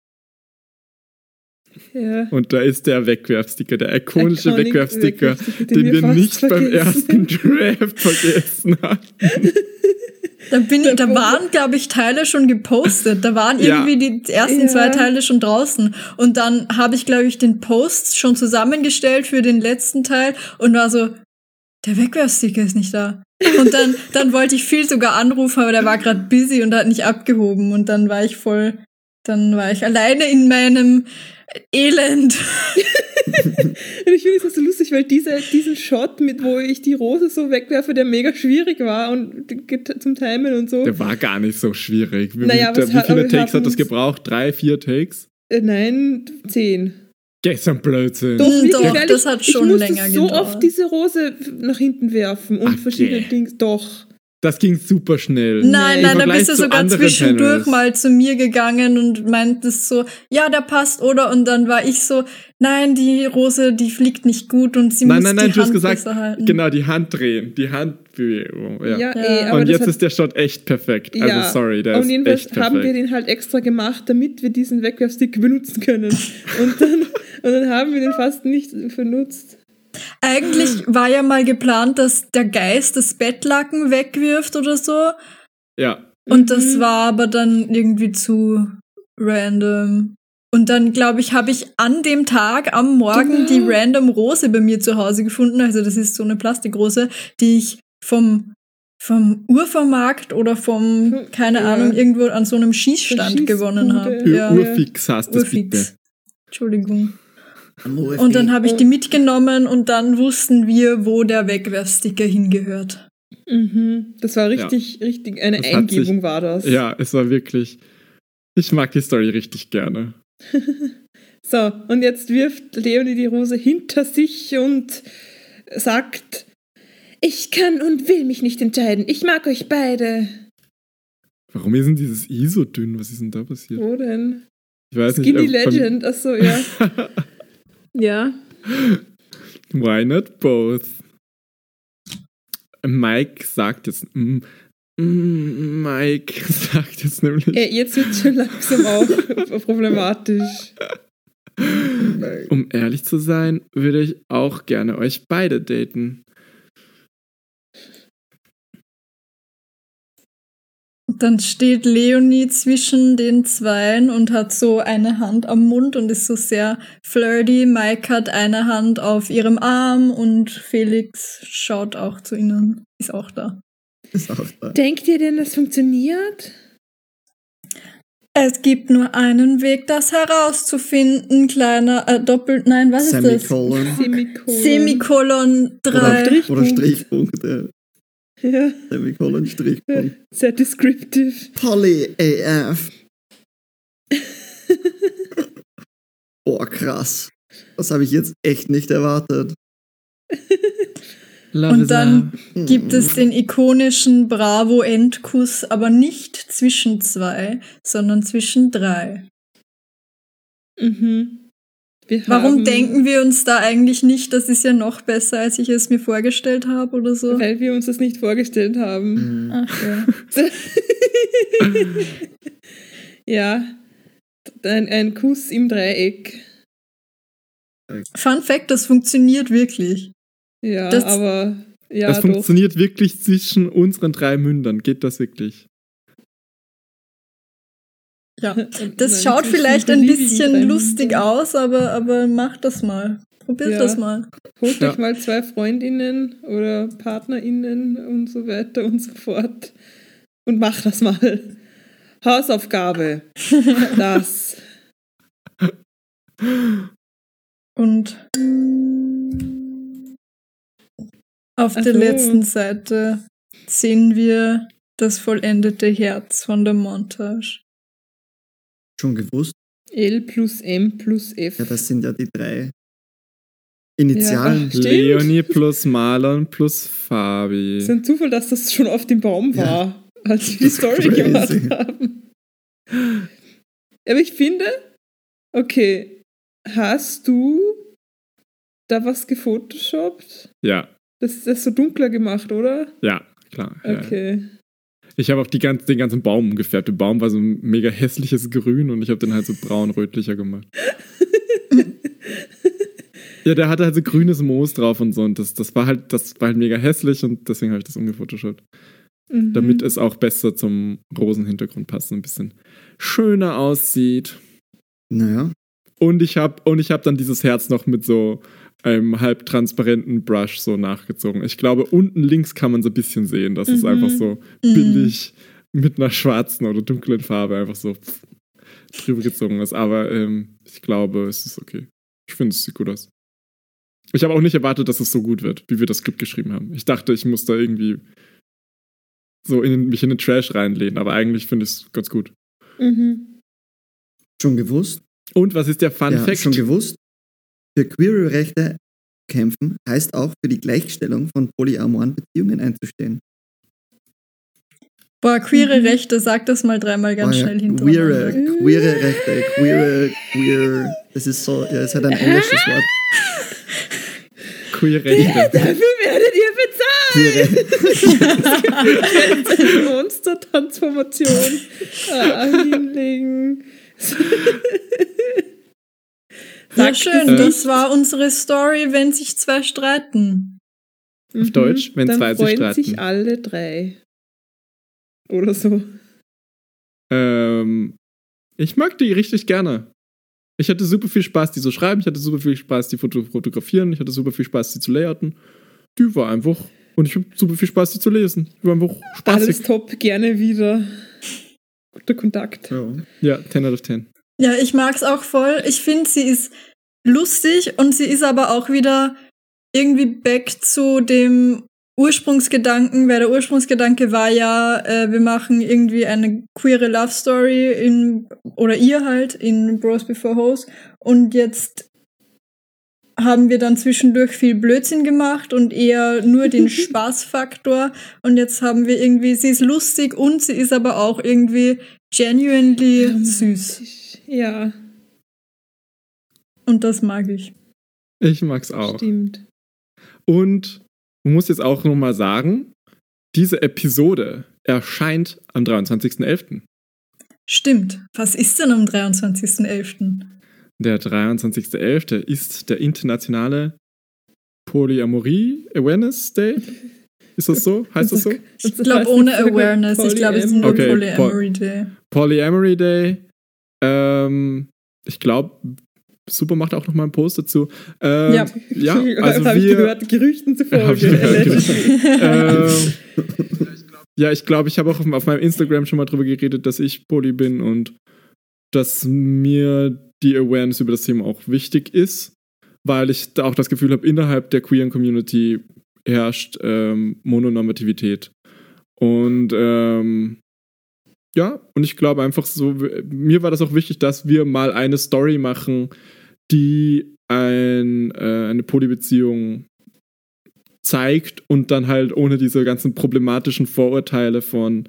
Ja. Und da ist der Wegwerfsticker, der ikonische Iconic Wegwerfsticker, Wegwerfsticker, den wir fast nicht beim vergessen. ersten Draft vergessen haben. Da waren, glaube ich, Teile schon gepostet. Da waren Ja. irgendwie die ersten Ja. 2 Teile schon draußen. Und dann habe ich, glaube ich, den Post schon zusammengestellt für den letzten Teil und war so, der Wegwerfsticker ist nicht da. Und dann wollte ich Phil sogar anrufen, aber der war gerade busy und hat nicht abgehoben. Und dann war ich alleine in meinem Elend. Und ich finde es so lustig, weil diesen Shot, wo ich die Rose so wegwerfe, der mega schwierig war und zum Timen und so. Der war gar nicht so schwierig. Wie Naja, viele aber wir Takes hat haben das uns- gebraucht? 3, 4 Takes? Nein, 10. Gestern Blödsinn. Wirklich, Doch, weil das hat schon ich musste länger so gedauert. oft diese Rose nach hinten werfen und Okay. verschiedene Dinge. Doch. Das ging super schnell. Nein, Im dann Vergleich bist du zu sogar anderen zwischendurch Panels. mal zu mir gegangen und meintest so, ja, der passt, oder? Und dann war ich so, nein, die Rose, die fliegt nicht gut und sie muss Nein, die du hast Hand gesagt, besser halten. genau, die Hand drehen, die Handbewegung. Ja. Ja, Ja. aber Und das jetzt hat, ist der Shot echt perfekt. ja. Also sorry, der Und ist jedenfalls echt perfekt. haben wir den halt extra gemacht, damit wir diesen Wegwerfstick benutzen können. Und dann haben wir den fast nicht benutzt. Eigentlich war ja mal geplant, dass der Geist das Bettlaken wegwirft oder so. Ja, Und das war aber dann irgendwie zu random. Und dann, glaube ich, habe ich an dem Tag, am Morgen, die random Rose bei mir zu Hause gefunden. Also das ist so eine Plastikrose, die ich vom Ufermarkt oder keine Ja. Ahnung, irgendwo an so einem Schießstand Schießbude. gewonnen habe. Ja. Urfix hast du es bitte. Urfix. Entschuldigung. Am OFG. Und dann habe ich die mitgenommen und dann wussten wir, wo der Wegwerfsticker hingehört. Mhm. Das war richtig, eine Das hat Eingebung sich- war das. Ja, es war wirklich. Ich mag die Story richtig gerne. So, und jetzt wirft Leonie die Rose hinter sich und sagt, ich kann und will mich nicht entscheiden. Ich mag euch beide. Warum ist denn dieses I so dünn? Was ist denn da passiert? Wo denn? Ich weiß Skinny nicht. Legend, achso, ja. Ja. Why not both? Mike sagt jetzt, Mike sagt jetzt nämlich. Jetzt wird es schon langsam auch problematisch. Um ehrlich zu sein, würde ich auch gerne euch beide daten. Dann steht Leonie zwischen den Zweien und hat so eine Hand am Mund und ist so sehr flirty. Mike hat eine Hand auf ihrem Arm und Felix schaut auch zu ihnen, ist auch da. Ist auch da. Denkt ihr denn, das funktioniert? Es gibt nur einen Weg, das herauszufinden. Kleiner was ist das? Semikolon. Semikolon 3. Oder Strichpunkt. Ja. Semikolon, Strichpunkt. Sehr descriptive. Poly AF. Boah, krass. Das habe ich jetzt echt nicht erwartet. Und dann gibt es den ikonischen Bravo-Endkuss, aber nicht zwischen 2, sondern zwischen 3. Mhm. Warum denken wir uns da eigentlich nicht, das ist ja noch besser, als ich es mir vorgestellt habe oder so? Weil wir uns das nicht vorgestellt haben. Ach ja. Ja, ein Kuss im Dreieck. Fun Fact, das funktioniert wirklich. Ja, das, aber ja, das funktioniert wirklich zwischen unseren 3 Mündern. Geht das wirklich? Ja, das schaut vielleicht ein bisschen lustig aus, aber macht das mal. Probiert das mal. Holt euch mal 2 Freundinnen oder PartnerInnen und so weiter und so fort und macht das mal. Hausaufgabe. Das. Und auf der letzten Seite sehen wir das vollendete Herz von der Montage. Schon gewusst? L plus M plus F. Ja, das sind ja die 3 Initialen. Ja, Leonie plus Marlon plus Fabi. Es ist ein Zufall, dass das schon auf dem Baum war, als wir die Story gemacht haben. Aber ich finde, okay, hast du da was gefotoshoppt? Ja. Das ist das so dunkler gemacht, oder? Ja, klar. Okay. Ja. Ich habe auch den ganzen Baum umgefärbt. Der Baum war so ein mega hässliches Grün und ich habe den halt so braun-rötlicher gemacht. Ja, der hatte halt so grünes Moos drauf und so und das war halt mega hässlich und deswegen habe ich das umgefotoshoppt. Mhm. Damit es auch besser zum Rosenhintergrund passt und ein bisschen schöner aussieht. Naja. Und ich hab dann dieses Herz noch mit so einem halbtransparenten Brush so nachgezogen. Ich glaube, unten links kann man so ein bisschen sehen, dass es einfach so billig mit einer schwarzen oder dunklen Farbe einfach so drüber gezogen ist. Aber ich glaube, es ist okay. Ich finde, es sieht gut aus. Ich habe auch nicht erwartet, dass es so gut wird, wie wir das Skript geschrieben haben. Ich dachte, ich muss da irgendwie so mich in den Trash reinlehnen, aber eigentlich finde ich es ganz gut. Mhm. Schon gewusst? Und was ist der Fun Fact? Schon gewusst? Für queere Rechte kämpfen heißt auch für die Gleichstellung von polyamoren Beziehungen einzustehen. Boah, queere Rechte, sag das mal 3-mal ganz schnell hintereinander. Queere Rechte, queer, das ist so, ja, es hat ein englisches Wort. Queere Rechte. Dafür werdet ihr bezahlt! Ich werde eine Monster-Transformation hinlegen. Ja, schön, das war unsere Story, wenn sich 2 streiten. Auf Deutsch, wenn 2 sich streiten. Dann freuen sich alle 3. Oder so. Ich mag die richtig gerne. Ich hatte super viel Spaß, die zu schreiben. Ich hatte super viel Spaß, die fotografieren. Ich hatte super viel Spaß, die zu layouten. Die war einfach... Und ich habe super viel Spaß, die zu lesen. Die war einfach spaßig. Alles top, gerne wieder. Guter Kontakt. Ja, 10 out of 10. Ja, ich mag's auch voll. Ich finde, sie ist lustig und sie ist aber auch wieder irgendwie back zu dem Ursprungsgedanken, weil der Ursprungsgedanke war ja, wir machen irgendwie eine queere Love Story oder ihr halt in Bros Before Hoes und jetzt haben wir dann zwischendurch viel Blödsinn gemacht und eher nur den Spaßfaktor und jetzt haben wir irgendwie, sie ist lustig und sie ist aber auch irgendwie genuinely süß. Ja. Und das mag ich. Ich mag's auch. Stimmt. Und man muss jetzt auch nochmal sagen, diese Episode erscheint am 23.11. Stimmt. Was ist denn am 23.11.? Der 23.11. ist der internationale Polyamorie Awareness Day. Ist das so? Heißt das so? Ich glaube ohne Awareness. Ich glaube, es ist nur Okay, Polyamory Day. Polyamory Day. Ich glaube, Super macht auch noch mal einen Post dazu. Ja, also habe ich gehört, Gerüchten zufolge. Ja, ich glaube, ich habe auch auf meinem Instagram schon mal drüber geredet, dass ich Poly bin und dass mir die Awareness über das Thema auch wichtig ist, weil ich da auch das Gefühl habe, innerhalb der queeren Community herrscht Mononormativität. Und und ich glaube einfach so, mir war das auch wichtig, dass wir mal eine Story machen, die eine Polybeziehung zeigt und dann halt ohne diese ganzen problematischen Vorurteile von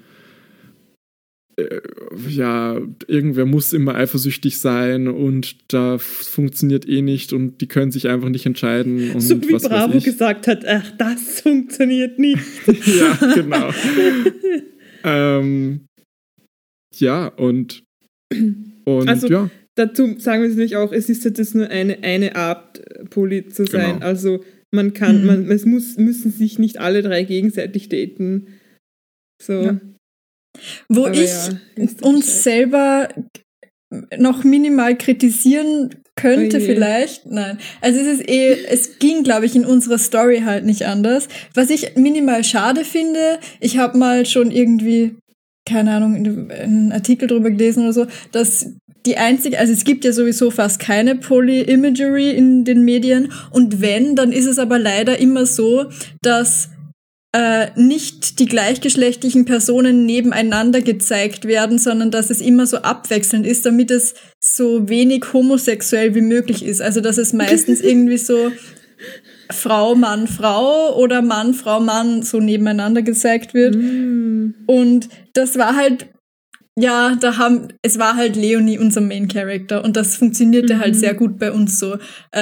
irgendwer muss immer eifersüchtig sein und da funktioniert eh nicht und die können sich einfach nicht entscheiden. Und so wie Bravo gesagt hat, ach, das funktioniert nicht. Ja, genau. Also, dazu sagen wir es nicht auch, es ist jetzt nur eine Art, Poly zu sein. Genau. Also man kann, müssen sich nicht alle 3 gegenseitig daten. So. Ja. Wo aber ich uns selber noch minimal kritisieren könnte vielleicht. Nein. Also es ging, glaube ich, in unserer Story halt nicht anders. Was ich minimal schade finde, ich habe mal schon irgendwie, keine Ahnung, einen Artikel drüber gelesen oder so, dass also es gibt ja sowieso fast keine Poly-Imagery in den Medien und wenn, dann ist es aber leider immer so, dass nicht die gleichgeschlechtlichen Personen nebeneinander gezeigt werden, sondern dass es immer so abwechselnd ist, damit es so wenig homosexuell wie möglich ist. Also dass es meistens irgendwie so Frau, Mann, Frau oder Mann, Frau, Mann so nebeneinander gezeigt wird. Und das war halt, es war halt Leonie unser Main Character und das funktionierte halt sehr gut bei uns so.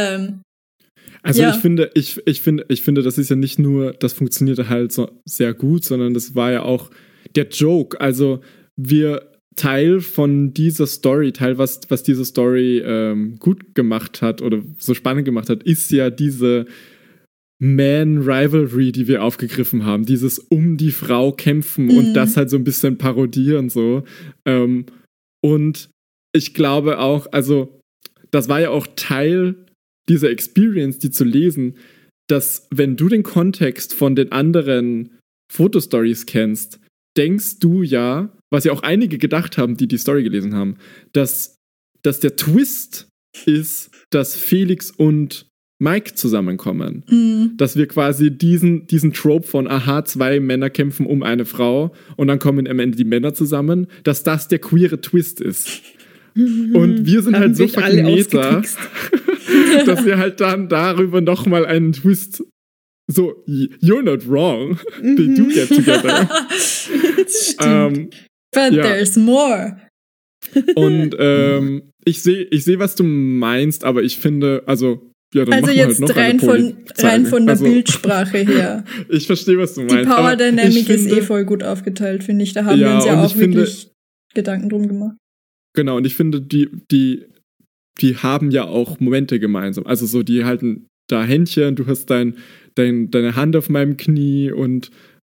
Ich finde, das ist ja nicht nur, das funktionierte halt so sehr gut, sondern das war ja auch der Joke. Also Teil von dieser Story, was diese Story gut gemacht hat oder so spannend gemacht hat, ist ja diese Man-Rivalry, die wir aufgegriffen haben. Dieses um die Frau kämpfen und das halt so ein bisschen parodieren so. Und ich glaube auch, also das war ja auch Teil diese Experience, die zu lesen, dass wenn du den Kontext von den anderen Fotostories kennst, denkst du ja, was ja auch einige gedacht haben, die Story gelesen haben, dass der Twist ist, dass Felix und Mike zusammenkommen. Dass wir quasi diesen Trope von, 2 Männer kämpfen um eine Frau und dann kommen am Ende die Männer zusammen, dass das der queere Twist ist. Und wir sind halt so fucking Meta, dass wir halt dann darüber nochmal einen Twist so, you're not wrong, they do get together. Stimmt. But there's more. Und ich sehe, was du meinst, aber ich finde, also dann also jetzt halt rein von der Bildsprache her. Ich verstehe, was du meinst. Die Power Dynamic ist voll gut aufgeteilt, finde ich. Da haben wir uns ja auch wirklich Gedanken drum gemacht. Genau, und ich finde, die haben ja auch Momente gemeinsam. Also so, die halten da Händchen, du hast deine Hand auf meinem Knie und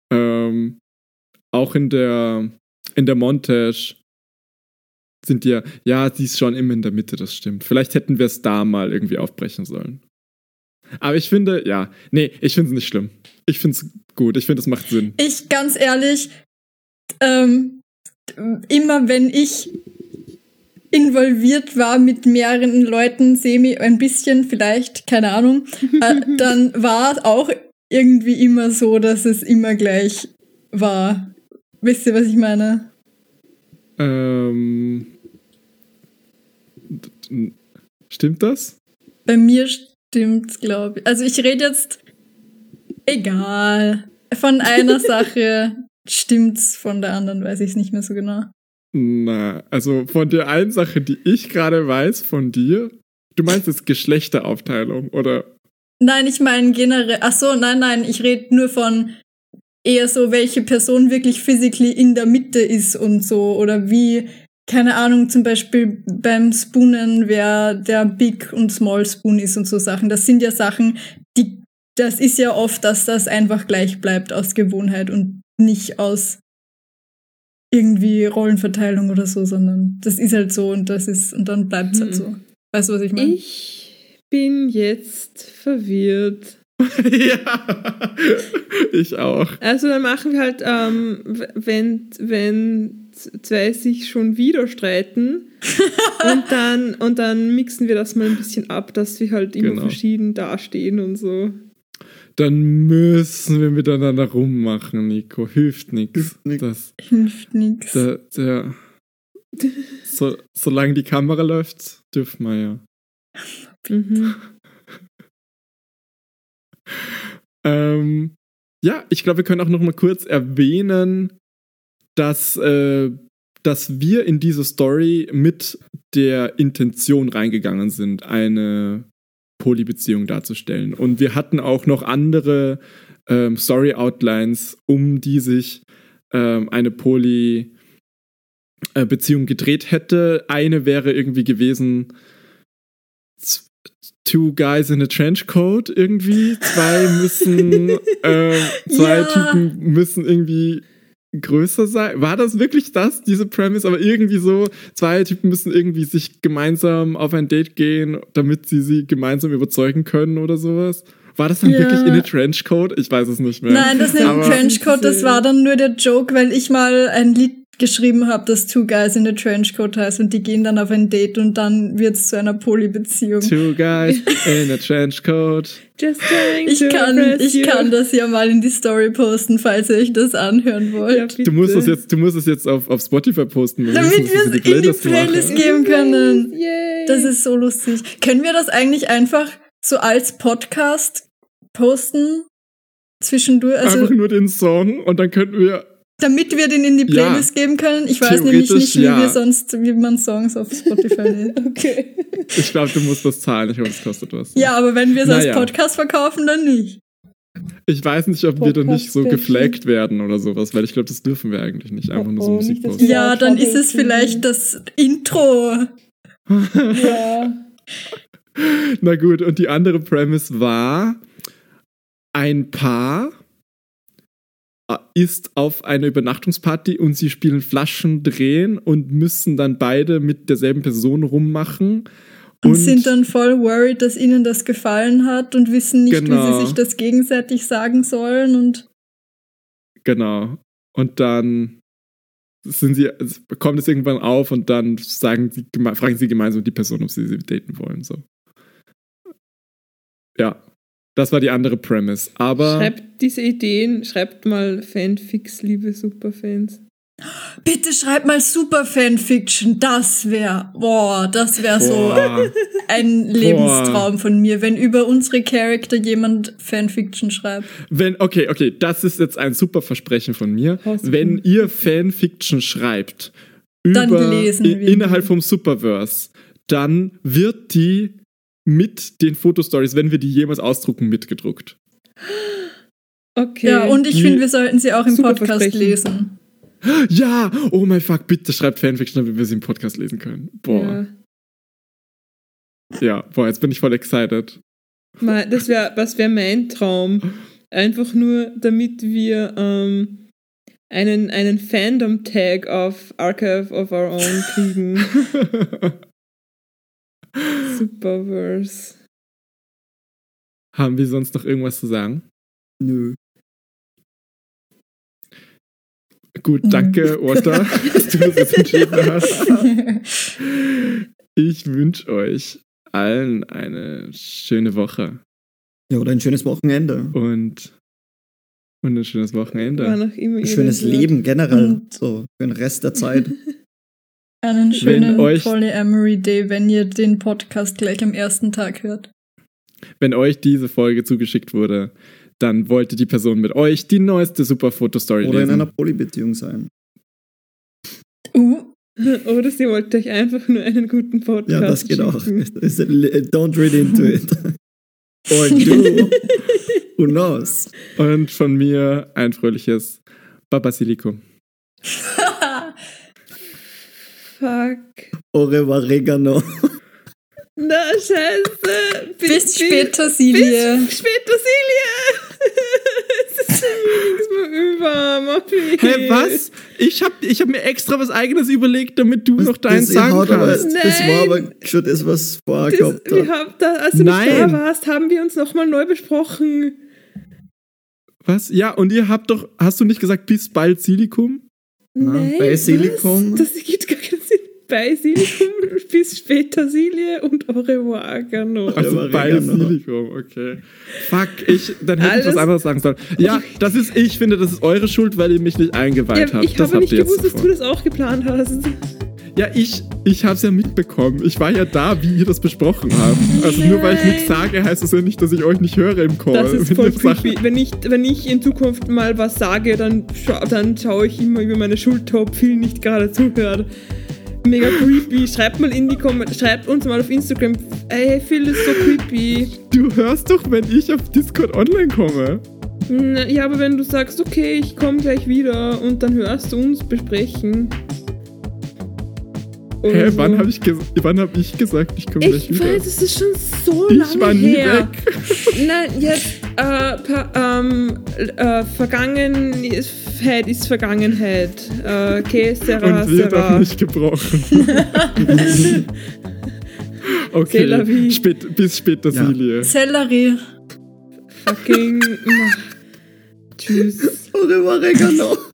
auch in der Montage sind die sie ist schon immer in der Mitte, das stimmt. Vielleicht hätten wir es da mal irgendwie aufbrechen sollen. Aber ich finde, ich finde es nicht schlimm. Ich finde es gut, ich finde, es macht Sinn. Ich, ganz ehrlich, immer wenn ich involviert war mit mehreren Leuten, ein bisschen vielleicht, keine Ahnung, dann war es auch irgendwie immer so, dass es immer gleich war. Wisst ihr, was ich meine? Stimmt das? Bei mir stimmt's, glaube ich. Also ich rede jetzt, egal, von einer Sache stimmt's, von der anderen weiß ich es nicht mehr so genau. Na, also von der einen Sache, die ich gerade weiß von dir, du meinst jetzt Geschlechteraufteilung, oder? Nein, ich meine generell, ach so, nein, ich rede nur von eher so, welche Person wirklich physically in der Mitte ist und so. Oder wie, keine Ahnung, zum Beispiel beim Spoonen, wer der Big und Small Spoon ist und so Sachen. Das sind ja Sachen, das ist ja oft, dass das einfach gleich bleibt aus Gewohnheit und nicht aus irgendwie Rollenverteilung oder so, sondern das ist halt so und dann bleibt es halt so. Weißt du, was ich meine? Ich bin jetzt verwirrt. Ja, ich auch. Also dann machen wir halt, wenn zwei sich schon wieder streiten und dann mixen wir das mal ein bisschen ab, dass wir halt immer verschieden dastehen und so. Dann müssen wir miteinander rummachen, Nico. Hilft nichts. Hilft nichts. Solange die Kamera läuft, dürfen wir ja. Mhm. Ja, ich glaube, wir können auch noch mal kurz erwähnen, dass wir in diese Story mit der Intention reingegangen sind, eine Polybeziehung darzustellen. Und wir hatten auch noch andere Story-Outlines, um die sich eine Poly-Beziehung gedreht hätte. Eine wäre irgendwie gewesen, two guys in a trench coat irgendwie. Zwei Typen müssen irgendwie größer sein. War das wirklich diese Premise? Aber irgendwie so, zwei Typen müssen irgendwie sich gemeinsam auf ein Date gehen, damit sie gemeinsam überzeugen können oder sowas. War das dann wirklich in a Trenchcoat? Ich weiß es nicht mehr. Nein, das mit dem Trenchcoat, das war dann nur der Joke, weil ich mal ein Lied geschrieben habe, das Two Guys in a Trenchcoat heißt und die gehen dann auf ein Date und dann wird es zu einer Polybeziehung. Two Guys in a Trenchcoat. Just trying ich kann das ja mal in die Story posten, falls ihr euch das anhören wollt. Ja, du musst es jetzt auf Spotify posten. Damit wir es in die Playlist geben können. Yay. Das ist so lustig. Können wir das eigentlich einfach so als Podcast posten? Zwischendurch? Also einfach nur den Song und dann könnten wir... Damit wir den in die Playlist geben können? Ich weiß nämlich nicht, wie man Songs auf Spotify lädt. Okay. Ich glaube, du musst das zahlen. Ich hoffe, es kostet was. Ja, aber wenn wir es als Podcast verkaufen, dann nicht. Ich weiß nicht, ob wir dann nicht so geflaggt werden oder sowas, weil ich glaube, das dürfen wir eigentlich nicht. Einfach nur so Musik posten. Ja, dann ist es vielleicht das Intro. Ja. Na gut, und die andere Premise war, ein Paar ist auf einer Übernachtungsparty und sie spielen Flaschen drehen und müssen dann beide mit derselben Person rummachen. Und sind dann voll worried, dass ihnen das gefallen hat und wissen nicht, wie sie sich das gegenseitig sagen sollen. Und genau. Und dann kommt es irgendwann auf und dann fragen sie gemeinsam die Person, ob sie daten wollen. So. Ja. Das war die andere Premise, aber... Schreibt diese Ideen, schreibt mal Fanfics, liebe Superfans. Bitte schreibt mal Superfanfiction, das wäre so ein Lebenstraum von mir, wenn über unsere Charakter jemand Fanfiction schreibt. Okay, das ist jetzt ein super Versprechen von mir. Wenn ihr Fanfiction schreibt, innerhalb vom Superverse, dann wird die mit den Fotostories, wenn wir die jemals ausdrucken, mitgedruckt. Okay. Ja, und ich finde, wir sollten sie auch im Podcast lesen. Ja! Oh mein Fuck, bitte schreibt Fanfiction, damit wir sie im Podcast lesen können. Boah. Ja, jetzt bin ich voll excited. Das wäre mein Traum. Einfach nur, damit wir einen Fandom-Tag auf Archive of Our Own kriegen. Superverse. Haben wir sonst noch irgendwas zu sagen? Nö. Gut, danke, Orta, dass du das jetzt entschieden hast. Ich wünsche euch allen eine schöne Woche. Ja, oder ein schönes Wochenende. Und ein schönes Wochenende. Ein schönes Leben generell. So, für den Rest der Zeit. Einen schönen Polyamory Day, wenn ihr den Podcast gleich am ersten Tag hört. Wenn euch diese Folge zugeschickt wurde, dann wollte die Person mit euch die neueste Superfoto-Story lesen. Oder in einer Polybeziehung sein. Oder sie wollte euch einfach nur einen guten Podcast Ja, das geht schicken. auch. Don't read into it. Or do. Who knows? Und von mir ein fröhliches Babasilico. Fuck. Oregano. Na, scheiße. Bis Petersilie. Bis Petersilie. Es ist schon nichts mehr über, Moppi. Hä, was? Ich hab mir extra was Eigenes überlegt, damit du noch deins sagen kannst. Das war aber schon das, was vorher gehabt hat. Als du nicht da warst, haben wir uns nochmal neu besprochen. Was? Ja, und ihr habt doch, hast du nicht gesagt, bis bald Silikum? Nein, Basilikum. Das gibt gar keinen Sinn. Basilikum, bis Petersilie und Oregano. Also Basilikum, okay. Fuck, dann hätte ich was anderes sagen sollen. Ja, ich finde, das ist eure Schuld, weil ihr mich nicht eingeweiht habt. Ich habe nicht gewusst, dass du das auch geplant hast. Ja, ich hab's ja mitbekommen. Ich war ja da, wie ihr das besprochen habt. Also nur weil ich nichts sage, heißt das ja nicht, dass ich euch nicht höre im Call. Das ist voll creepy. Wenn ich in Zukunft mal was sage, dann schaue ich immer über meine Schulter, ob Phil nicht gerade zuhört. Mega creepy. Schreibt uns mal auf Instagram. Ey, Phil ist so creepy. Du hörst doch, wenn ich auf Discord online komme. Ja, aber wenn du sagst, okay, ich komme gleich wieder und dann hörst du uns besprechen. Hä, wann hab ich gesagt, ich komme gleich wieder? Ich weiß, es ist schon so lange her. Ich war nie weg. Nein, jetzt, Vergangenheit ist Vergangenheit. Okay, Sarah. Und wird auch nicht gebrochen. Okay, bis später, Silie. Sellerie. Fucking. Tschüss. Oregano.